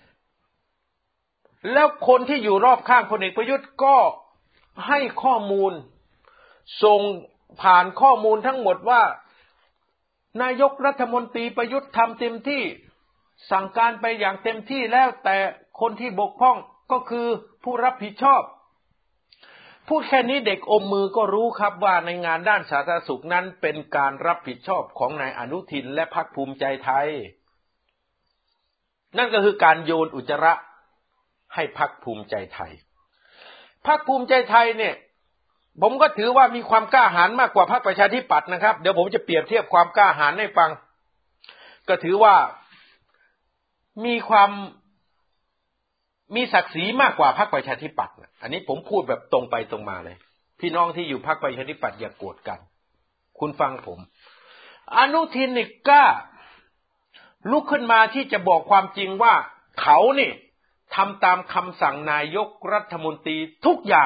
แล้วคนที่อยู่รอบข้างพลเอกประยุทธ์ก็ให้ข้อมูลส่งผ่านข้อมูลทั้งหมดว่านายกรัฐมนตรีประยุทธ์ทำเต็มที่สั่งการไปอย่างเต็มที่แล้วแต่คนที่บกพร่องก็คือผู้รับผิดชอบพูดแค่นี้เด็กอมมือก็รู้ครับว่าในงานด้านสาธารณสุขนั้นเป็นการรับผิดชอบของนายอนุทินและพรรคภูมิใจไทยนั่นก็คือการโยนอุจจาระให้พรรคภูมิใจไทยพรรคภูมิใจไทยเนี่ยผมก็ถือว่ามีความกล้าหาญมากกว่าพรรคประชาธิปัตย์นะครับเดี๋ยวผมจะเปรียบเทียบความกล้าหาญให้ฟังก็ถือว่ามีความมีศักดิ์ศรีมากกว่าพรรคประชาธิปัตย์อันนี้ผมพูดแบบตรงไปตรงมาเลยพี่น้องที่อยู่พรรคประชาธิปัตย์อย่าโกรธกันคุณฟังผมอนุทินนี่กล้าลุกขึ้นมาที่จะบอกความจริงว่าเขานี่ทำตามคำสั่งนายกรัฐมนตรีทุกอย่าง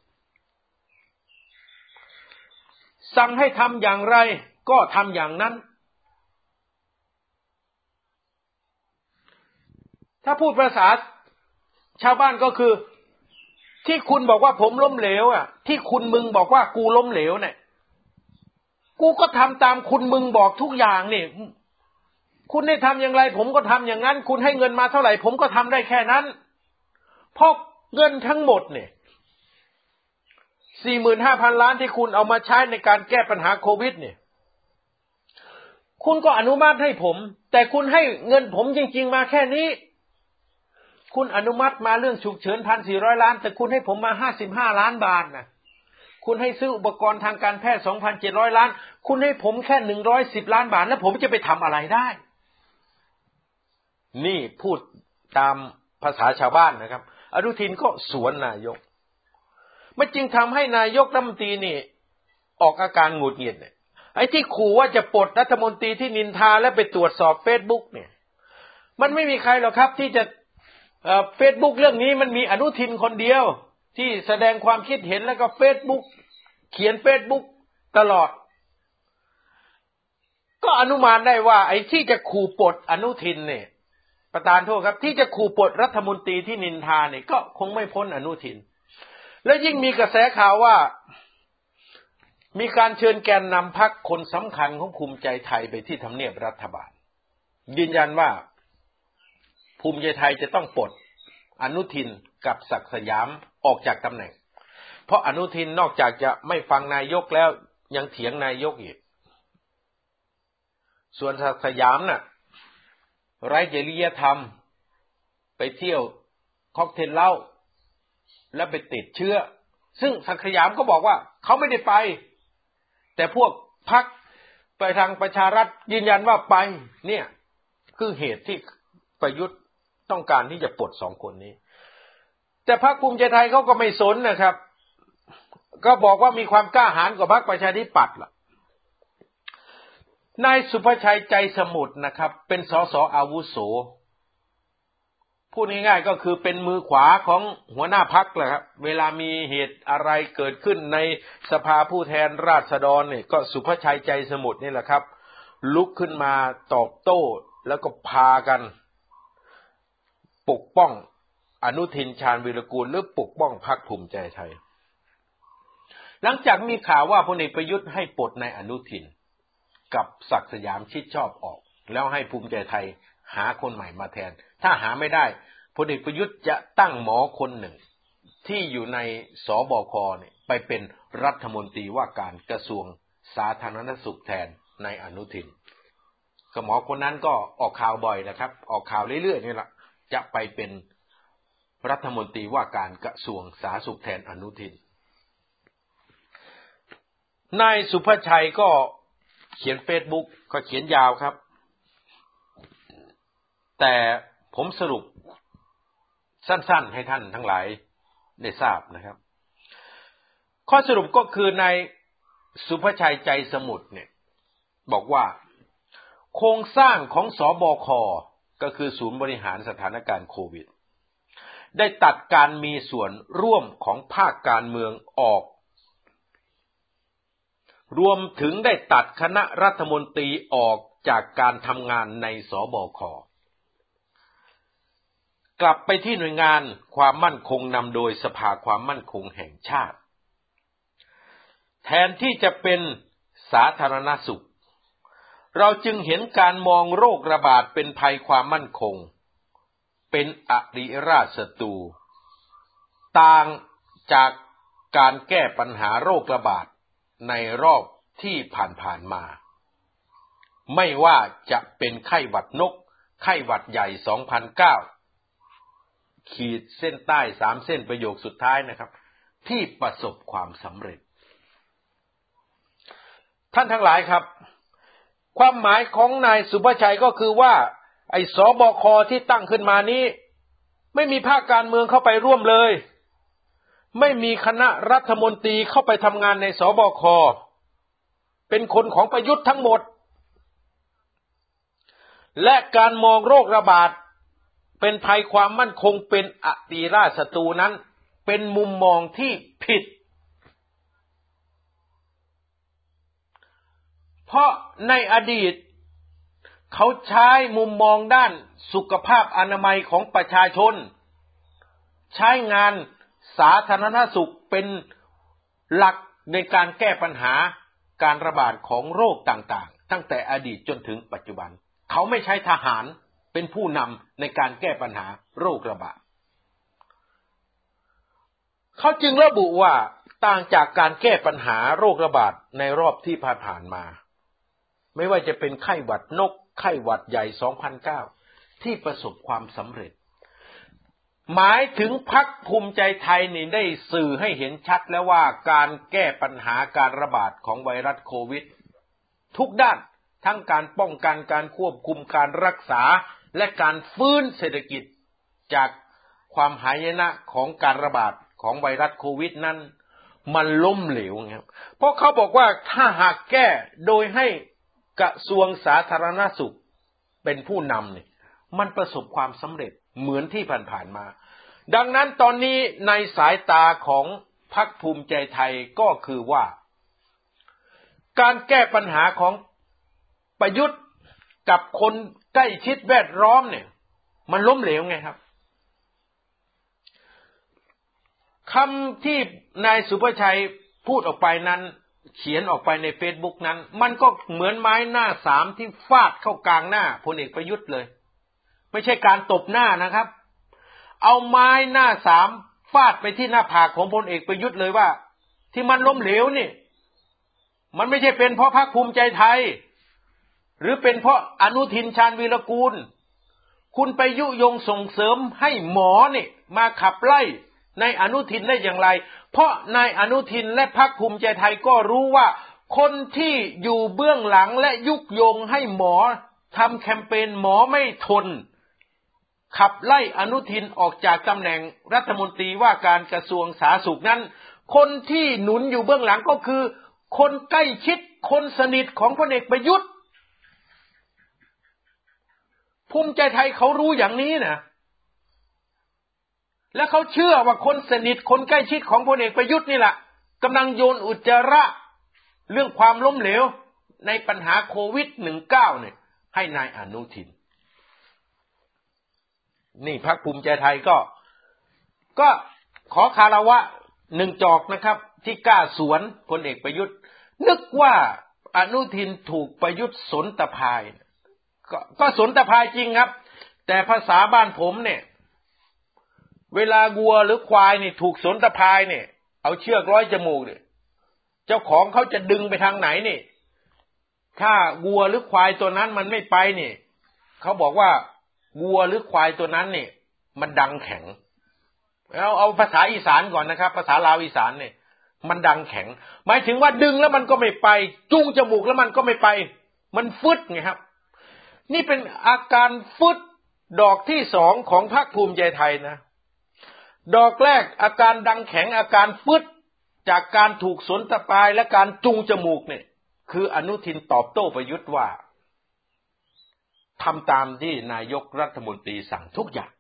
สั่งให้ทำอย่างไรก็ทำอย่างนั้นถ้าพูดภาษาชาวบ้านก็คือที่คุณบอกว่าผมล้มเหลวอ่ะที่คุณมึงบอกว่ากูล้มเหลวเนี่ยกูก็ทำตามคุณมึงบอกทุกอย่างนี่คุณได้ทำอย่างไรผมก็ทำอย่างนั้นคุณให้เงินมาเท่าไหร่ผมก็ทำได้แค่นั้นเพราะเงินทั้งหมดเนี่ย สี่หมื่นห้าพัน ล้านที่คุณเอามาใช้ในการแก้ปัญหาโควิดเนี่ยคคุณก็อนุมัติให้ผมแต่คุณให้เงินผมจริงๆมาแค่นี้คุณอนุมัติมาเรื่องฉุกเฉิน หนึ่งพันสี่ร้อย ล้านแต่คุณให้ผมมาห้าสิบห้าล้านบาทนะคุณให้ซื้ออุปกรณ์ทางการแพทย์ สองพันเจ็ดร้อย ล้านคุณให้ผมแค่หนึ่งร้อยสิบล้านบาทแล้วผมจะไปทำอะไรได้นี่พูดตามภาษาชาวบ้านนะครับอนุทินก็สวนนายกมันจึงทำให้นายกรัฐมนตรีนี่ออกอาการหงุดหงิดเนี่ยไอ้ที่ขู่ว่าจะปลดรัฐมนตรีที่นินทาและไปตรวจสอบ Facebook เนี่ยมันไม่มีใครหรอกครับที่จะเอ่อ Facebook เรื่องนี้มันมีอนุทินคนเดียวที่แสดงความคิดเห็นแล้วก็ Facebook เขียน Facebook ตลอดก็อนุมานได้ว่าไอ้ที่จะขู่ปลดอนุทินเนี่ยประธานโทษครับที่จะขู่ปลดรัฐมนตรีที่นินทาเนี่ยก็คงไม่พ้นอนุทินและยิ่งมีกระแสข่าวว่ามีการเชิญแกนนำพรรคคนสำคัญของภูมิใจไทยไปที่ทำเนียบรัฐบาลยืนยันว่าภูมิใจไทยจะต้องปลดอนุทินกับศักดิ์สยามออกจากตำแหน่งเพราะอนุทินนอกจากจะไม่ฟังนายกแล้วยังเถียงนายกอีกส่วนศักดิ์สยามน่ะไร้จริยธรรมไปเที่ยวค็อกเทลเหล้าแล้วไปติดเชื้อซึ่งศักดิ์สยามก็บอกว่าเขาไม่ได้ไปแต่พวกพรรคไปทางประชารัฐยืนยันว่าไปเนี่ยคือเหตุที่ประยุทธ์ต้องการที่จะปลดสองคนนี้แต่พรรคภูมิใจไทยเขาก็ไม่สนนะครับก็บอกว่ามีความกล้าหาญกว่าพรรคประชาธิปัตย์ล่ะนายสุภชัยใจสมุทรนะครับเป็นสสอาวุโสพูดง่ายๆก็คือเป็นมือขวาของหัวหน้าพรรคแหละครับเวลามีเหตุอะไรเกิดขึ้นในสภาผู้แทนราษฎรเนี่ยก็สุภชัยใจสมุทรนี่แหละครับลุกขึ้นมาตอบโต้แล้วก็พากันปกป้องอนุทินชาญวีรกูลหรือปกป้องพรรคภูมิใจไทยหลังจากมีข่าวว่าพลเอกประยุทธ์ให้ปลดนายอนุทินกับศักดิ์สยามชิดชอบออกแล้วให้ภูมิใจไทยหาคนใหม่มาแทนถ้าหาไม่ได้พลเอกประยุทธ์จะตั้งหมอคนหนึ่งที่อยู่ในสบคเนี่ยไปเป็นรัฐมนตรีว่าการกระทรวงสาธารณสุขแทนนายอนุทินก็หมอคนนั้นก็ออกข่าวบ่อยนะครับออกข่าวเรื่อยๆนี่แหละจะไปเป็นรัฐมนตรีว่าการกระทรวงสาธารณสุขแทนอนุทินนายสุภชัยก็เขียน Facebook ก็เขียนยาวครับแต่ผมสรุปสั้นๆให้ท่านทั้งหลายได้ทราบนะครับข้อสรุปก็คือนายสุภชัยใจสมุทรเนี่ยบอกว่าโครงสร้างของสบคก็คือศูนย์บริหารสถานการณ์โควิดได้ตัดการมีส่วนร่วมของภาคการเมืองออกรวมถึงได้ตัดคณะรัฐมนตรีออกจากการทำงานในสบคกลับไปที่หน่วยงานความมั่นคงนำโดยสภาความมั่นคงแห่งชาติแทนที่จะเป็นสาธารณสุขเราจึงเห็นการมองโรคระบาดเป็นภัยความมั่นคงเป็นอริราชศัตรูต่างจากการแก้ปัญหาโรคระบาดในรอบที่ผ่านๆมาไม่ว่าจะเป็นไข้หวัดนกไข้หวัดใหญ่สองพันเก้าขีดเส้นใต้สามเส้นประโยคสุดท้ายนะครับที่ประสบความสำเร็จท่านทั้งหลายครับความหมายของนายสุภชัยก็คือว่าไอ้สบคที่ตั้งขึ้นมานี้ไม่มีภาคการเมืองเข้าไปร่วมเลยไม่มีคณะรัฐมนตรีเข้าไปทำงานในสบคเป็นคนของประยุทธ์ทั้งหมดและการมองโรคระบาดเป็นภัยความมั่นคงเป็นอริราชศัตรูนั้นเป็นมุมมองที่ผิดเพราะในอดีตเขาใช้มุมมองด้านสุขภาพอนามัยของประชาชนใช้งานสาธารณสุขเป็นหลักในการแก้ปัญหาการระบาดของโรคต่างๆตั้งแต่อดีตจนถึงปัจจุบันเขาไม่ใช้ทหารเป็นผู้นำในการแก้ปัญหาโรคระบาดเขาจึงระบุว่าต่างจากการแก้ปัญหาโรคระบาดในรอบที่ผ่านๆมาไม่ว่าจะเป็นไข้หวัดนกไข้หวัดใหญ่สองพันเก้าที่ประสบความสำเร็จหมายถึงพรรคภูมิใจไทยนี่ได้สื่อให้เห็นชัดแล้วว่าการแก้ปัญหาการระบาดของไวรัสโควิดทุกด้านทั้งการป้องกันการควบคุมการรักษาและการฟื้นเศรษฐกิจจากความหายนะของการระบาดของไวรัสโควิดนั้นมันล้มเหลวครับเพราะเขาบอกว่าถ้าหากแก้โดยให้กระทรวงสาธารณสุขเป็นผู้นำเนี่ยมันประสบความสำเร็จเหมือนที่ผ่านๆมาดังนั้นตอนนี้ในสายตาของพรรคภูมิใจไทยก็คือว่าการแก้ปัญหาของประยุทธ์กับคนใกล้ชิดแวดล้อมเนี่ยมันล้มเหลวไงครับคำที่นายสุภชัยพูดออกไปนั้นเขียนออกไปในเฟซบุ๊กนั้นมันก็เหมือนไม้หน้าสามที่ฟาดเข้ากลางหน้าพลเอกประยุทธ์เลยไม่ใช่การตบหน้านะครับเอาไม้หน้าสามฟาดไปที่หน้าผากของพลเอกประยุทธ์เลยว่าที่มันล้มเหลวนี่มันไม่ใช่เป็นเพราะพรรคภูมิใจไทยหรือเป็นเพราะอนุทินชาญวีรกูลคุณไปยุยงส่งเสริมให้หมอนี่มาขับไล่ในอนุทินได้อย่างไรเพราะนายอนุทินและพรรคภูมิใจไทยก็รู้ว่าคนที่อยู่เบื้องหลังและยุยงให้หมอทำแคมเปญหมอไม่ทนขับไล่อนุทินออกจากตำแหน่งรัฐมนตรีว่าการกระทรวงสาธารณสุขนั้นคนที่หนุนอยู่เบื้องหลังก็คือคนใกล้ชิดคนสนิทของพลเอกประยุทธ์ภูมิใจไทยเขารู้อย่างนี้นะและเขาเชื่อว่าคนสนิทคนใกล้ชิดของพลเอกประยุทธ์นี่แหละกำลังโยนอุจจาระเรื่องความล้มเหลวในปัญหาโควิด สิบเก้า เนี่ยให้นายอนุทินนี่พรรคภูมิใจไทยก็ก็ขอคารวะหนึ่งจอกนะครับที่กล้าสวนพลเอกประยุทธ์นึกว่าอนุทินถูกประยุทธ์สนตะพายก็ก็สนตะพายจริงครับแต่ภาษาบ้านผมเนี่ยเวลาวัวหรือควายนี่ถูกสนตะพายเนี่ยเอาเชือกร้อยจมูกเนี่ยเจ้าของเขาจะดึงไปทางไหนนี่ถ้าวัวหรือควายตัวนั้นมันไม่ไปนี่เขาบอกว่าวัวหรือควายตัวนั้นนี่มันดังแข็งเอาเอาภาษาอีสานก่อนนะครับภาษาลาวอีสานเนี่ยมันดังแข็งหมายถึงว่าดึงแล้วมันก็ไม่ไปจูงจมูกแล้วมันก็ไม่ไปมันฟึดไงครับนี่เป็นอาการฟึดดอกที่สองของพรรคภูมิใจไทยนะดอกแรกอาการดังแข็งอาการฟึดจากการถูกสนตะปายและการจูงจมูกเนี่ยคืออนุทินตอบโต้ประยุทธ์ว่าทำตามที่นายกรัฐมนตรีสั่งทุกอย่าง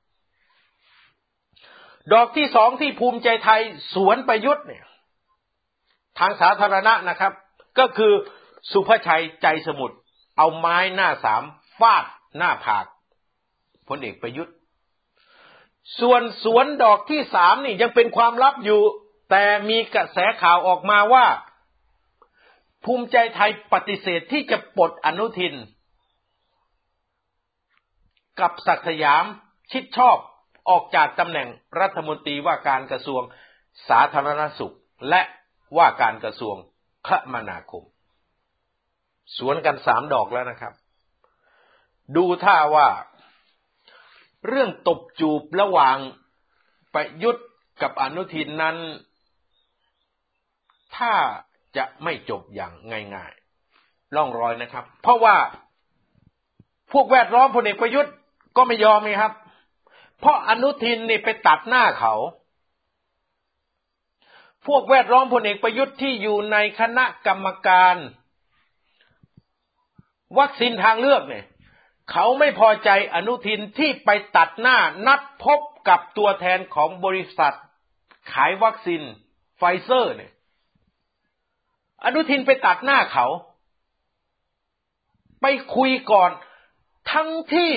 ดอกที่สองที่ภูมิใจไทยสวนประยุทธ์เนี่ยทางสาธารณะนะครับก็คือสุภชัยใจสมุทรเอาไม้หน้าสามฟาดหน้าผากพลเอกประยุทธ์ส่วนสวนดอกที่สามนี่ยังเป็นความลับอยู่แต่มีกระแสข่าวออกมาว่าภูมิใจไทยปฏิเสธที่จะปลดอนุทินกับศักดิ์สยามชิดชอบออกจากตำแหน่งรัฐมนตรีว่าการกระทรวงสาธารณสุขและว่าการกระทรวงคมนาคมสวนกันสามดอกแล้วนะครับดูท่าว่าเรื่องตบจูบระหว่างประยุทธ์กับอนุทินนั้นถ้าจะไม่จบอย่างง่ายๆล่องรอยนะครับเพราะว่าพวกแวดล้อมพลเอกประยุทธ์ก็ไม่ยอมไงครับเพราะอนุทินนี่ไปตัดหน้าเขาพวกแวดล้อมพลเอกประยุทธ์ที่อยู่ในคณะกรรมการวัคซีนทางเลือกเนี่ยเขาไม่พอใจอนุทินที่ไปตัดหน้านัดพบกับตัวแทนของบริษัทขายวัคซีนไฟเซอร์เนี่ยอนุทินไปตัดหน้าเขาไปคุยก่อนทั้งที่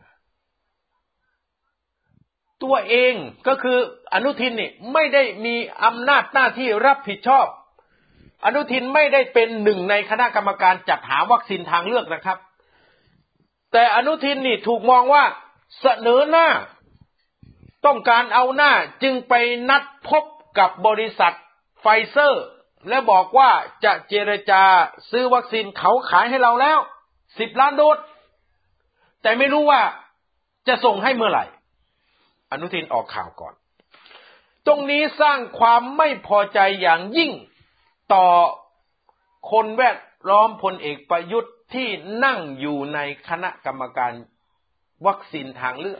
ตัวเองก็คืออนุทินนี่ไม่ได้มีอำนาจหน้าที่รับผิดชอบอนุทินไม่ได้เป็นหนึ่งในคณะกรรมการจัดหาวัคซีนทางเลือกนะครับแต่อนุทินนี่ถูกมองว่าเสนอหน้าต้องการเอาหน้าจึงไปนัดพบกับบริษัทไฟเซอร์และบอกว่าจะเจรจาซื้อวัคซีนเขาขายให้เราแล้วสิบล้านโดสแต่ไม่รู้ว่าจะส่งให้เมื่อไหร่อนุทินออกข่าวก่อนตรงนี้สร้างความไม่พอใจอย่างยิ่งต่อคนแวดล้อมพลเอกประยุทธ์ที่นั่งอยู่ในคณะกรรมการวัคซีนทางเลือก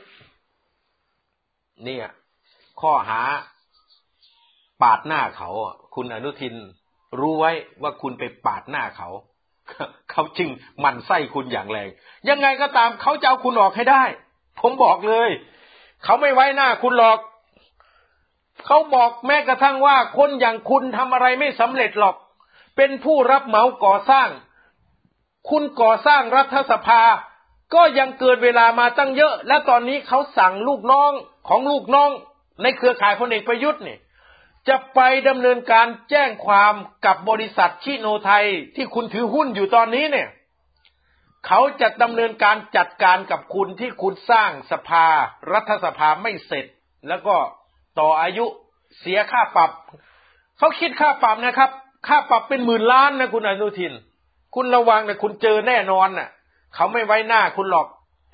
เนี่ยข้อหาปาดหน้าเขาคุณอนุทินรู้ไว้ว่าคุณไปปาดหน้าเขาเขาจึงหมั่นไส้คุณอย่างแรงยังไงก็ตามเขาจะเอาคุณออกให้ได้ผมบอกเลยเขาไม่ไว้หน้าคุณหรอกเขาบอกแม้กระทั่งว่าคนอย่างคุณทำอะไรไม่สำเร็จหรอกเป็นผู้รับเหมาก่อสร้างคุณก่อสร้างรัฐสภาก็ยังเกินเวลามาตั้งเยอะและตอนนี้เขาสั่งลูกน้องของลูกน้องในเครือข่ายพลเอกประยุทธ์เนี่ยจะไปดำเนินการแจ้งความกับบริษัทชิโนไทยที่คุณถือหุ้นอยู่ตอนนี้เนี่ยเขาจะดำเนินการจัดการกับคุณที่คุณสร้างสภารัฐสภาไม่เสร็จแล้วก็ต่ออายุเสียค่าปรับเขาคิดค่าปรับนะครับค่าปรับเป็นหมื่นล้านนะคุณอนุทินคุณระวังนะคุณเจอแน่นอนน่ะเขาไม่ไว้หน้าคุณหรอก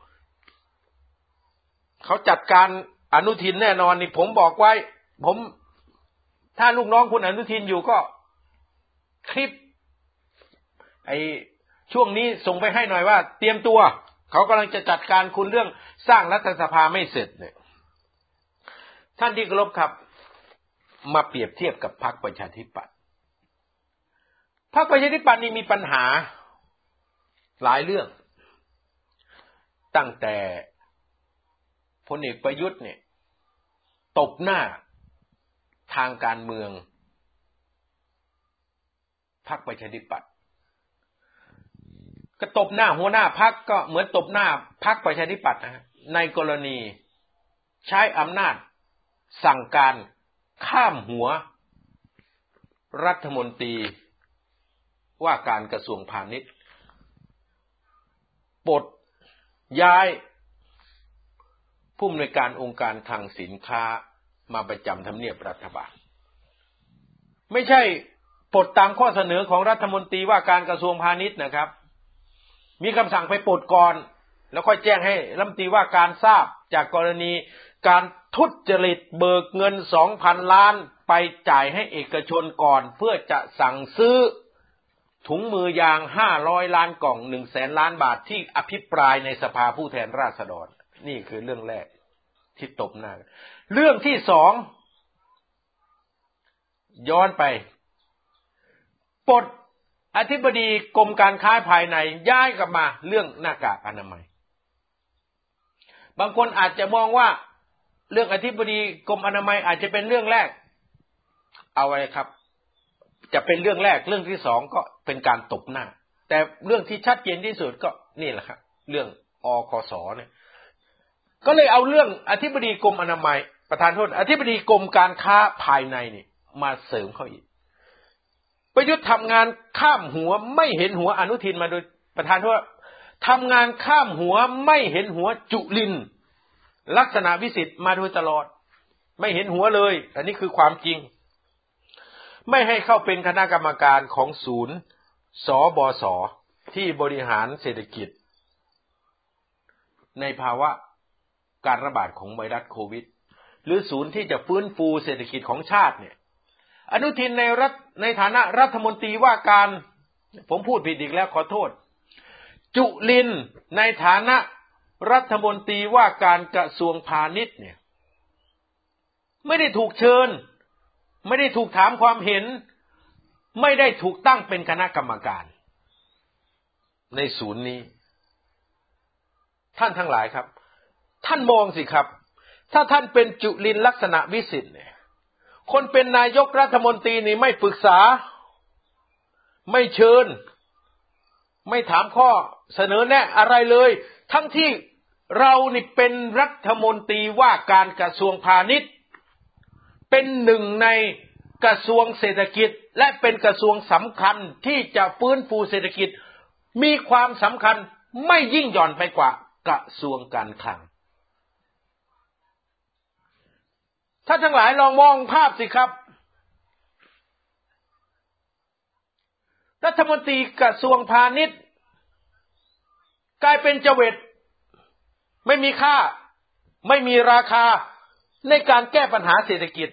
เขาจัดการอนุทินแน่นอนนี่ผมบอกไว้ผมถ้าลูกน้องคุณอนุทินอยู่ก็คลิปไอ้ช่วงนี้ส่งไปให้หน่อยว่าเตรียมตัวเขากำลังจะจัดการคุณเรื่องสร้างรัฐสภาไม่เสร็จเนี่ยท่านที่เคารพครับมาเปรียบเทียบกับพรรคประชาธิปัตย์พรรคประชาธิปัตย์นี่มีปัญหาหลายเรื่องตั้งแต่พลเอกประยุทธ์เนี่ยตบหน้าทางการเมืองพรรคประชาธิปัตย์ก็ตบหน้าหัวหน้าพรรคก็เหมือนตบหน้าพรรคประชาธิปัตย์นะในกรณีใช้อำนาจสั่งการข้ามหัวรัฐมนตรีว่าการกระทรวงพาณิชย์ปลดย้ายผู้อำนวยการองค์การคลังสินค้ามาประจำทำเนียบรัฐบาลไม่ใช่ปลดตามข้อเสนอของรัฐมนตรีว่าการกระทรวงพาณิชย์นะครับมีคำสั่งไปปลดก่อนแล้วค่อยแจ้งให้รัฐมนตรีว่าการทราบจากกรณีการทุจริตเบิกเงิน สองพัน ล้านไปจ่ายให้เอกชนก่อนเพื่อจะสั่งซื้อถุงมือยางห้าร้อยล้านกล่อง หนึ่งแสน ล้านบาทที่อภิปรายในสภาผู้แทนราษฎรนี่คือเรื่องแรกที่ตบหน้าเรื่องที่สองย้อนไปปลดอธิบดีกรมการค้าภายในย้ายกลับมาเรื่องหน้ากากอนามัยบางคนอาจจะมองว่าเรื่องอธิบดีกรมอนามัยอาจจะเป็นเรื่องแรกเอาไว้ครับจะเป็นเรื่องแรกเรื่องที่สองก็เป็นการตบหน้าแต่เรื่องที่ชัดเจนที่สุดก็นี่แหละครับเรื่องอคสเนี่ยก็เลยเอาเรื่องอธิบดีกรมอนามัยประธานโทษอธิบดีกรมการค้าภายในนี่มาเสริมเข้าอีกประยุทธ์ทำงานข้ามหัวไม่เห็นหัวอนุทินมาโดยประธานโทษทำงานข้ามหัวไม่เห็นหัวจุลินลักษณะวิสิทธิ์มาโดยตลอดไม่เห็นหัวเลยอันนี้คือความจริงไม่ให้เข้าเป็นคณะกรรมการของศูนย์สบสที่บริหารเศรษฐกิจในภาวะการระบาดของไวรัสโควิดหรือศูนย์ที่จะฟื้นฟูเศรษฐกิจของชาติเนี่ยอนุทินในรัฐในฐานะรัฐมนตรีว่าการผมพูดผิดอีกแล้วขอโทษจุลินในฐานะรัฐมนตรีว่าการกระทรวงพาณิชย์เนี่ยไม่ได้ถูกเชิญไม่ได้ถูกถามความเห็นไม่ได้ถูกตั้งเป็นคณะกรรมการในศูนย์นี้ท่านทั้งหลายครับท่านมองสิครับถ้าท่านเป็นจุลินลักษณะวิสิทธิ์เนี่ยคนเป็นนายกรัฐมนตรีนี่ไม่ปรึกษาไม่เชิญไม่ถามข้อเสนอแนะอะไรเลยทั้งที่เรานี่เป็นรัฐมนตรีว่าการกระทรวงพาณิชย์เป็นหนึ่งในกระทรวงเศรษฐกิจและเป็นกระทรวงสำคัญที่จะฟื้นฟูเศรษฐกิจมีความสำคัญไม่ยิ่งหย่อนไปกว่ากระทรวงการคลังท่านทั้งหลายลองมองภาพสิครับรัฐมนตรีกระทรวงพาณิชย์กลายเป็นเจวิตไม่มีค่าไม่มีราคาในการแก้ปัญหาเศรษฐกิจ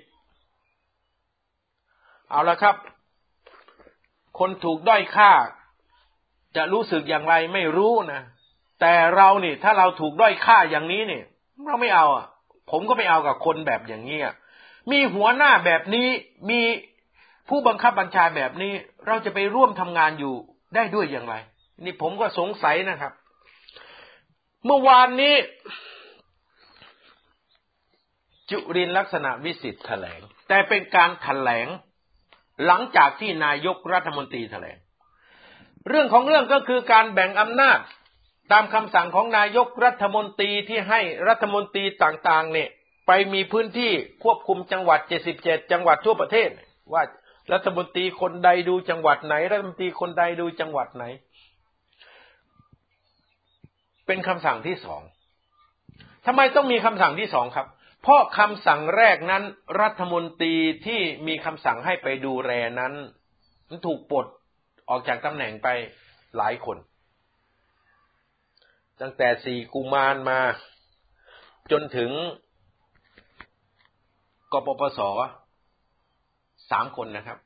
เอาละครับคนถูกด้อยค่าจะรู้สึกอย่างไรไม่รู้นะแต่เรานี่ถ้าเราถูกด้อยค่าอย่างนี้นี่เราไม่เอาอ่ะผมก็ไม่เอากับคนแบบอย่างนี้มีหัวหน้าแบบนี้มีผู้บังคับบัญชาแบบนี้เราจะไปร่วมทำงานอยู่ได้ด้วยอย่างไรนี่ผมก็สงสัยนะครับเมื่อวานนี้จุรินทร์ลักษณะวิสิทธิ์แถลงแต่เป็นการแถลงหลังจากที่นายกรัฐมนตรีแถลงเรื่องของเรื่องก็คือการแบ่งอำนาจตามคำสั่งของนายกรัฐมนตรีที่ให้รัฐมนตรีต่างๆเนี่ยไปมีพื้นที่ควบคุมจังหวัดเจ็ดสิบเจ็ดจังหวัดทั่วประเทศว่ารัฐมนตรีคนใดดูจังหวัดไหนรัฐมนตรีคนใดดูจังหวัดไหนเป็นคำสั่งที่สองทำไมต้องมีคำสั่งที่สองครับเพราะคำสั่งแรกนั้นรัฐมนตรีที่มีคำสั่งให้ไปดูแลนั้นมันถูกปลดออกจากตำแหน่งไปหลายคนตั้งแต่สี่กุมารมาจนถึงกปปสสามคนนะครับ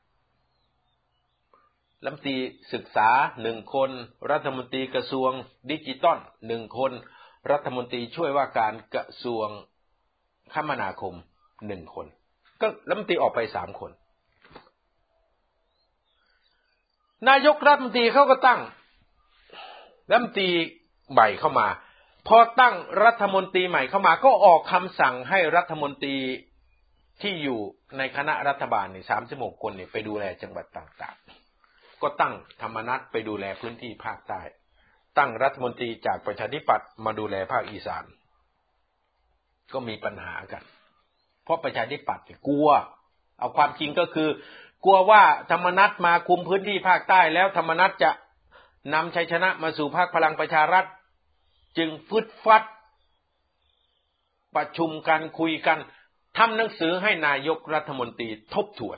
รัฐมนตรีศึกษาหนึ่งคนรัฐมนตรีกระทรวงดิจิทัลหนึ่งคนรัฐมนตรีช่วยว่าการกระทรวงคมนาคมหนึ่งคนก็รัฐมนตรีออกไปสามคนนายกรัฐมนตรีเขาก็ตั้งรัฐมนตรีใหม่เข้ามาพอตั้งรัฐมนตรีใหม่เข้ามาก็ออกคำสั่งให้รัฐมนตรีที่อยู่ในคณะรัฐบาลนี่สามสิบหกคนนี่ไปดูแลจังหวัดต่างๆก็ตั้งธรรมนัสไปดูแลพื้นที่ภาคใต้ตั้งรัฐมนตรีจากประชาธิปัตย์มาดูแลภาคอีสานก็มีปัญหากันเพราะประชาธิปัตย์กลัวเอาความจริงก็คือกลัวว่าธรรมนัสมาคุมพื้นที่ภาคใต้แล้วธรรมนัสจะนำชัยชนะมาสู่พรรคพลังประชารัฐจึงฟึดฟัดประชุมกันคุยกันทำหนังสือให้นายกรัฐมนตรีทบทวน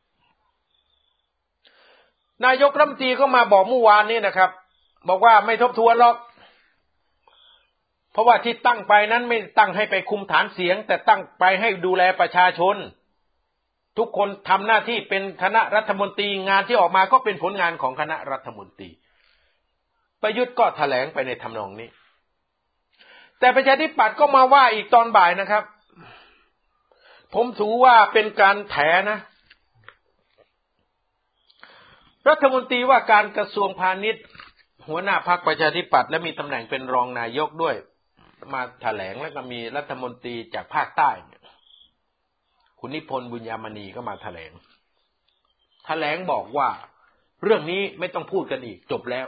นายกรัฐมนตรีก็มาบอกเมื่อวานนี้นะครับบอกว่าไม่ทบทวนหรอกเพราะว่าที่ตั้งไปนั้นไม่ตั้งให้ไปคุมฐานเสียงแต่ตั้งไปให้ดูแลประชาชนทุกคนทำหน้าที่เป็นคณะรัฐมนตรีงานที่ออกมาก็เป็นผลงานของคณะรัฐมนตรีประยุทธ์ก็แถลงไปในทำนองนี้แต่ประชาธิปัตย์ก็มาว่าอีกตอนบ่ายนะครับผมถือว่าเป็นการแถนะรัฐมนตรีว่าการกระทรวงพาณิชย์หัวหน้าพรรคประชาธิปัตย์และมีตำแหน่งเป็นรองนายกด้วยมาแถลงแล้วก็มีรัฐมนตรีจากภาคใต้คุณนิพนธ์บุญญามณีก็มาแถลงแถลงบอกว่าเรื่องนี้ไม่ต้องพูดกันอีกจบแล้ว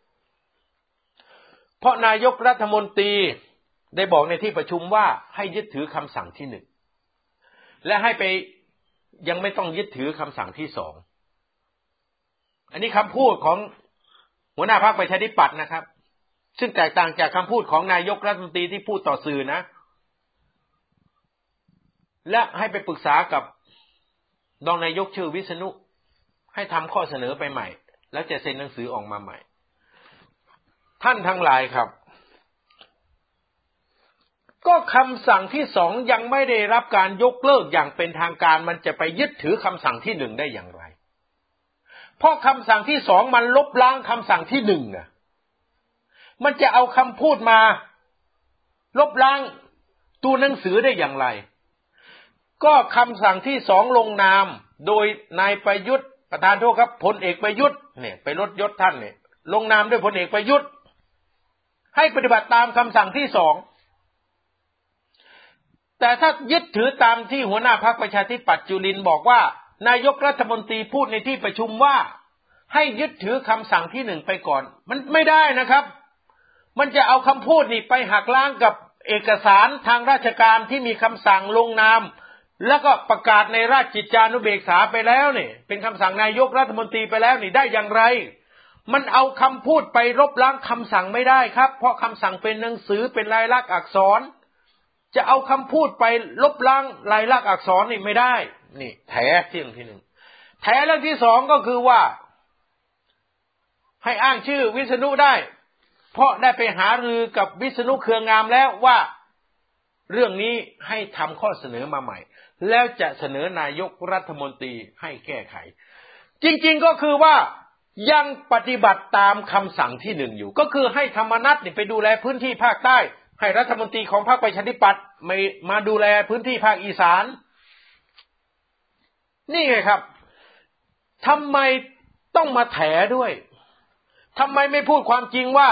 เพราะนายกรัฐมนตรีได้บอกในที่ประชุมว่าให้ยึดถือคำสั่งที่หนึ่งและให้ไปยังไม่ต้องยึดถือคำสั่งที่สองอันนี้คำพูดของหัวหน้าพรรคประชาธิปัตย์นะครับซึ่งแตกต่างจากคำพูดของนายกรัฐมนตรีที่พูดต่อสื่อนะและให้ไปปรึกษากับรองนายกชื่อวิษณุให้ทำข้อเสนอไปใหม่แล้วจะเซ็นหนังสือออกมาใหม่ท่านทั้งหลายครับก็คำสั่งที่สองยังไม่ได้รับการยกเลิกอย่างเป็นทางการมันจะไปยึดถือคำสั่งที่หนึ่งได้อย่างไรเพราะคำสั่งที่สองมันลบล้างคำสั่งที่หนึ่งน่ะมันจะเอาคำพูดมาลบล้างตัวหนังสือได้อย่างไรก็คำสั่งที่สองลงนามโดยนายประยุทธ์ประธานโทษครับพลเอกประยุทธ์เนี่ยไปลดยศท่านเนี่ยลงนามด้วยพลเอกประยุทธ์ให้ปฏิบัติตามคำสั่งที่สองแต่ถ้ายึดถือตามที่หัวหน้าพรรคประชาธิปัตย์จุรินทร์บอกว่านายกรัฐมนตรีพูดในที่ประชุมว่าให้ยึดถือคำสั่งที่หนึ่งไปก่อนมันไม่ได้นะครับมันจะเอาคำพูดนี่ไปหักล้างกับเอกสารทางราชการที่มีคำสั่งลงนามแล้วก็ประกาศในราชกิจจานุเบกษาไปแล้วนี่เป็นคำสั่งนายกรัฐมนตรีไปแล้วนี่ได้อย่างไรมันเอาคำพูดไปลบล้างคำสั่งไม่ได้ครับเพราะคำสั่งเป็นหนังสือเป็นลายลักษณ์อักษรจะเอาคำพูดไปลบล้างลายลักษณ์อักษรนี่ไม่ได้นี่แถที่หนึ่งที่หนึ่งแถเรื่องที่สองก็คือว่าให้อ้างชื่อวิษณุได้เพราะได้ไปหารือกับวิษณุเครืองามแล้วว่าเรื่องนี้ให้ทำข้อเสนอมาใหม่แล้วจะเสนอนายกรัฐมนตรีให้แก้ไขจริงๆก็คือว่ายังปฏิบัติตามคำสั่งที่หนึ่งอยู่ก็คือให้ธรรมนัสไปดูแลพื้นที่ภาคใต้ให้รัฐมนตรีของพรรคประชาธิปัตย์มามาดูแลพื้นที่ภาคอีสานนี่ไงครับทำไมต้องมาแถด้วยทำไมไม่พูดความจริงว่า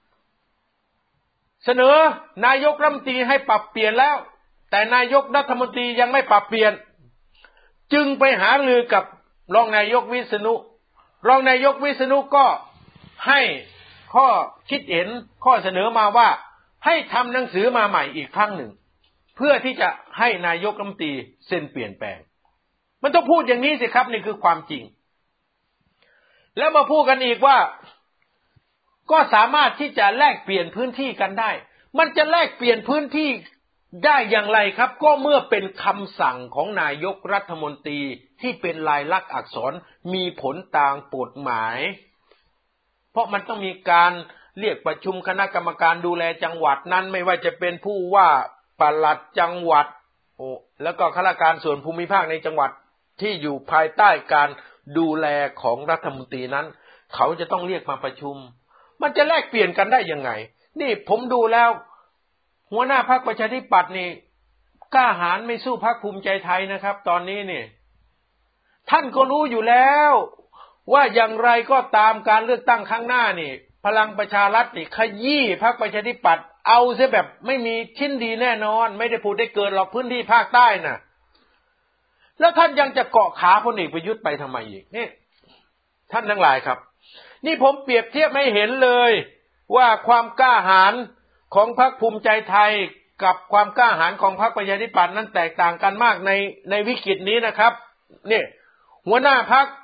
เสนอนายกรัฐมนตรีให้ปรับเปลี่ยนแล้วแต่นายกรัฐมนตรียังไม่ปรับเปลี่ยนจึงไปหารือกับรองนายกวิษณุรองนายกวิษณุก็ให้ข้อคิดเห็นข้อเสนอมาว่าให้ทำหนังสือมาใหม่อีกครั้งหนึ่งเพื่อที่จะให้นายกรัฐมนตรีเซ็นเปลี่ยนแปลงมันต้องพูดอย่างนี้สิครับนี่คือความจริงแล้วมาพูดกันอีกว่าก็สามารถที่จะแลกเปลี่ยนพื้นที่กันได้มันจะแลกเปลี่ยนพื้นที่ได้อย่างไรครับก็เมื่อเป็นคำสั่งของนายกรัฐมนตรีที่เป็นลายลักษณ์อักษรมีผลตามกฎหมายเพราะมันต้องมีการเรียกประชุมคณะกรรมการดูแลจังหวัดนั้นไม่ว่าจะเป็นผู้ว่าปลัดจังหวัดโอ้แล้วก็ข้าราชการส่วนภูมิภาคในจังหวัดที่อยู่ภายใต้การดูแลของรัฐมนตรีนั้นเขาจะต้องเรียกมาประชุมมันจะแลกเปลี่ยนกันได้ยังไงนี่ผมดูแล้วหัวหน้าพรรคประชาธิปัตย์นี่กล้าหาญไม่สู้พรรคภูมิใจไทยนะครับตอนนี้นี่ท่านก็รู้อยู่แล้วว่าอย่างไรก็ตามการเลือกตั้งครั้งหน้านี่พลังประชารัฐนี่ขยี้พรรคประชาธิปัตย์เอาซะแบบไม่มีชิ้นดีแน่นอนไม่ได้พูดได้เกินหรอกพื้นที่ภาคใต้น่ะแล้วท่านยังจะเกาะขาพลเอกประยุทธ์ไปทำไมอีกนี่ท่านทั้งหลายครับนี่ผมเปรียบเทียบให้เห็นเลยว่าความกล้าหาญของพรรคภูมิใจไทยกับความกล้าหาญของพรรคประชาธิปัตย์นั้นแตกต่างกันมากในในวิกฤตนี้นะครับนี่หัวหน้าพรรค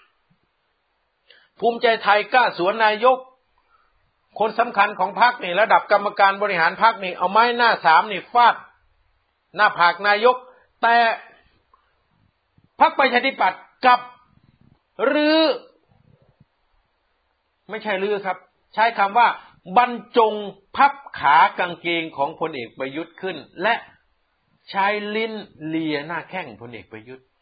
ภูมิใจไทยกล้าสวนนายกคนสำคัญของพรรคนี่ระดับกรรมการบริหารพรรคนี่เอาไม้หน้าสามนี่ฟาดหน้าผากนายกแต่พรรคประชาธิปัตย์กับหรือไม่ใช่ลือครับใช้คำว่าบรรจงพับขากางเกงของพลเอกประยุทธ์ขึ้นและใช้ลิ้นเลียหน้าแข้งพลเอกประยุทธ์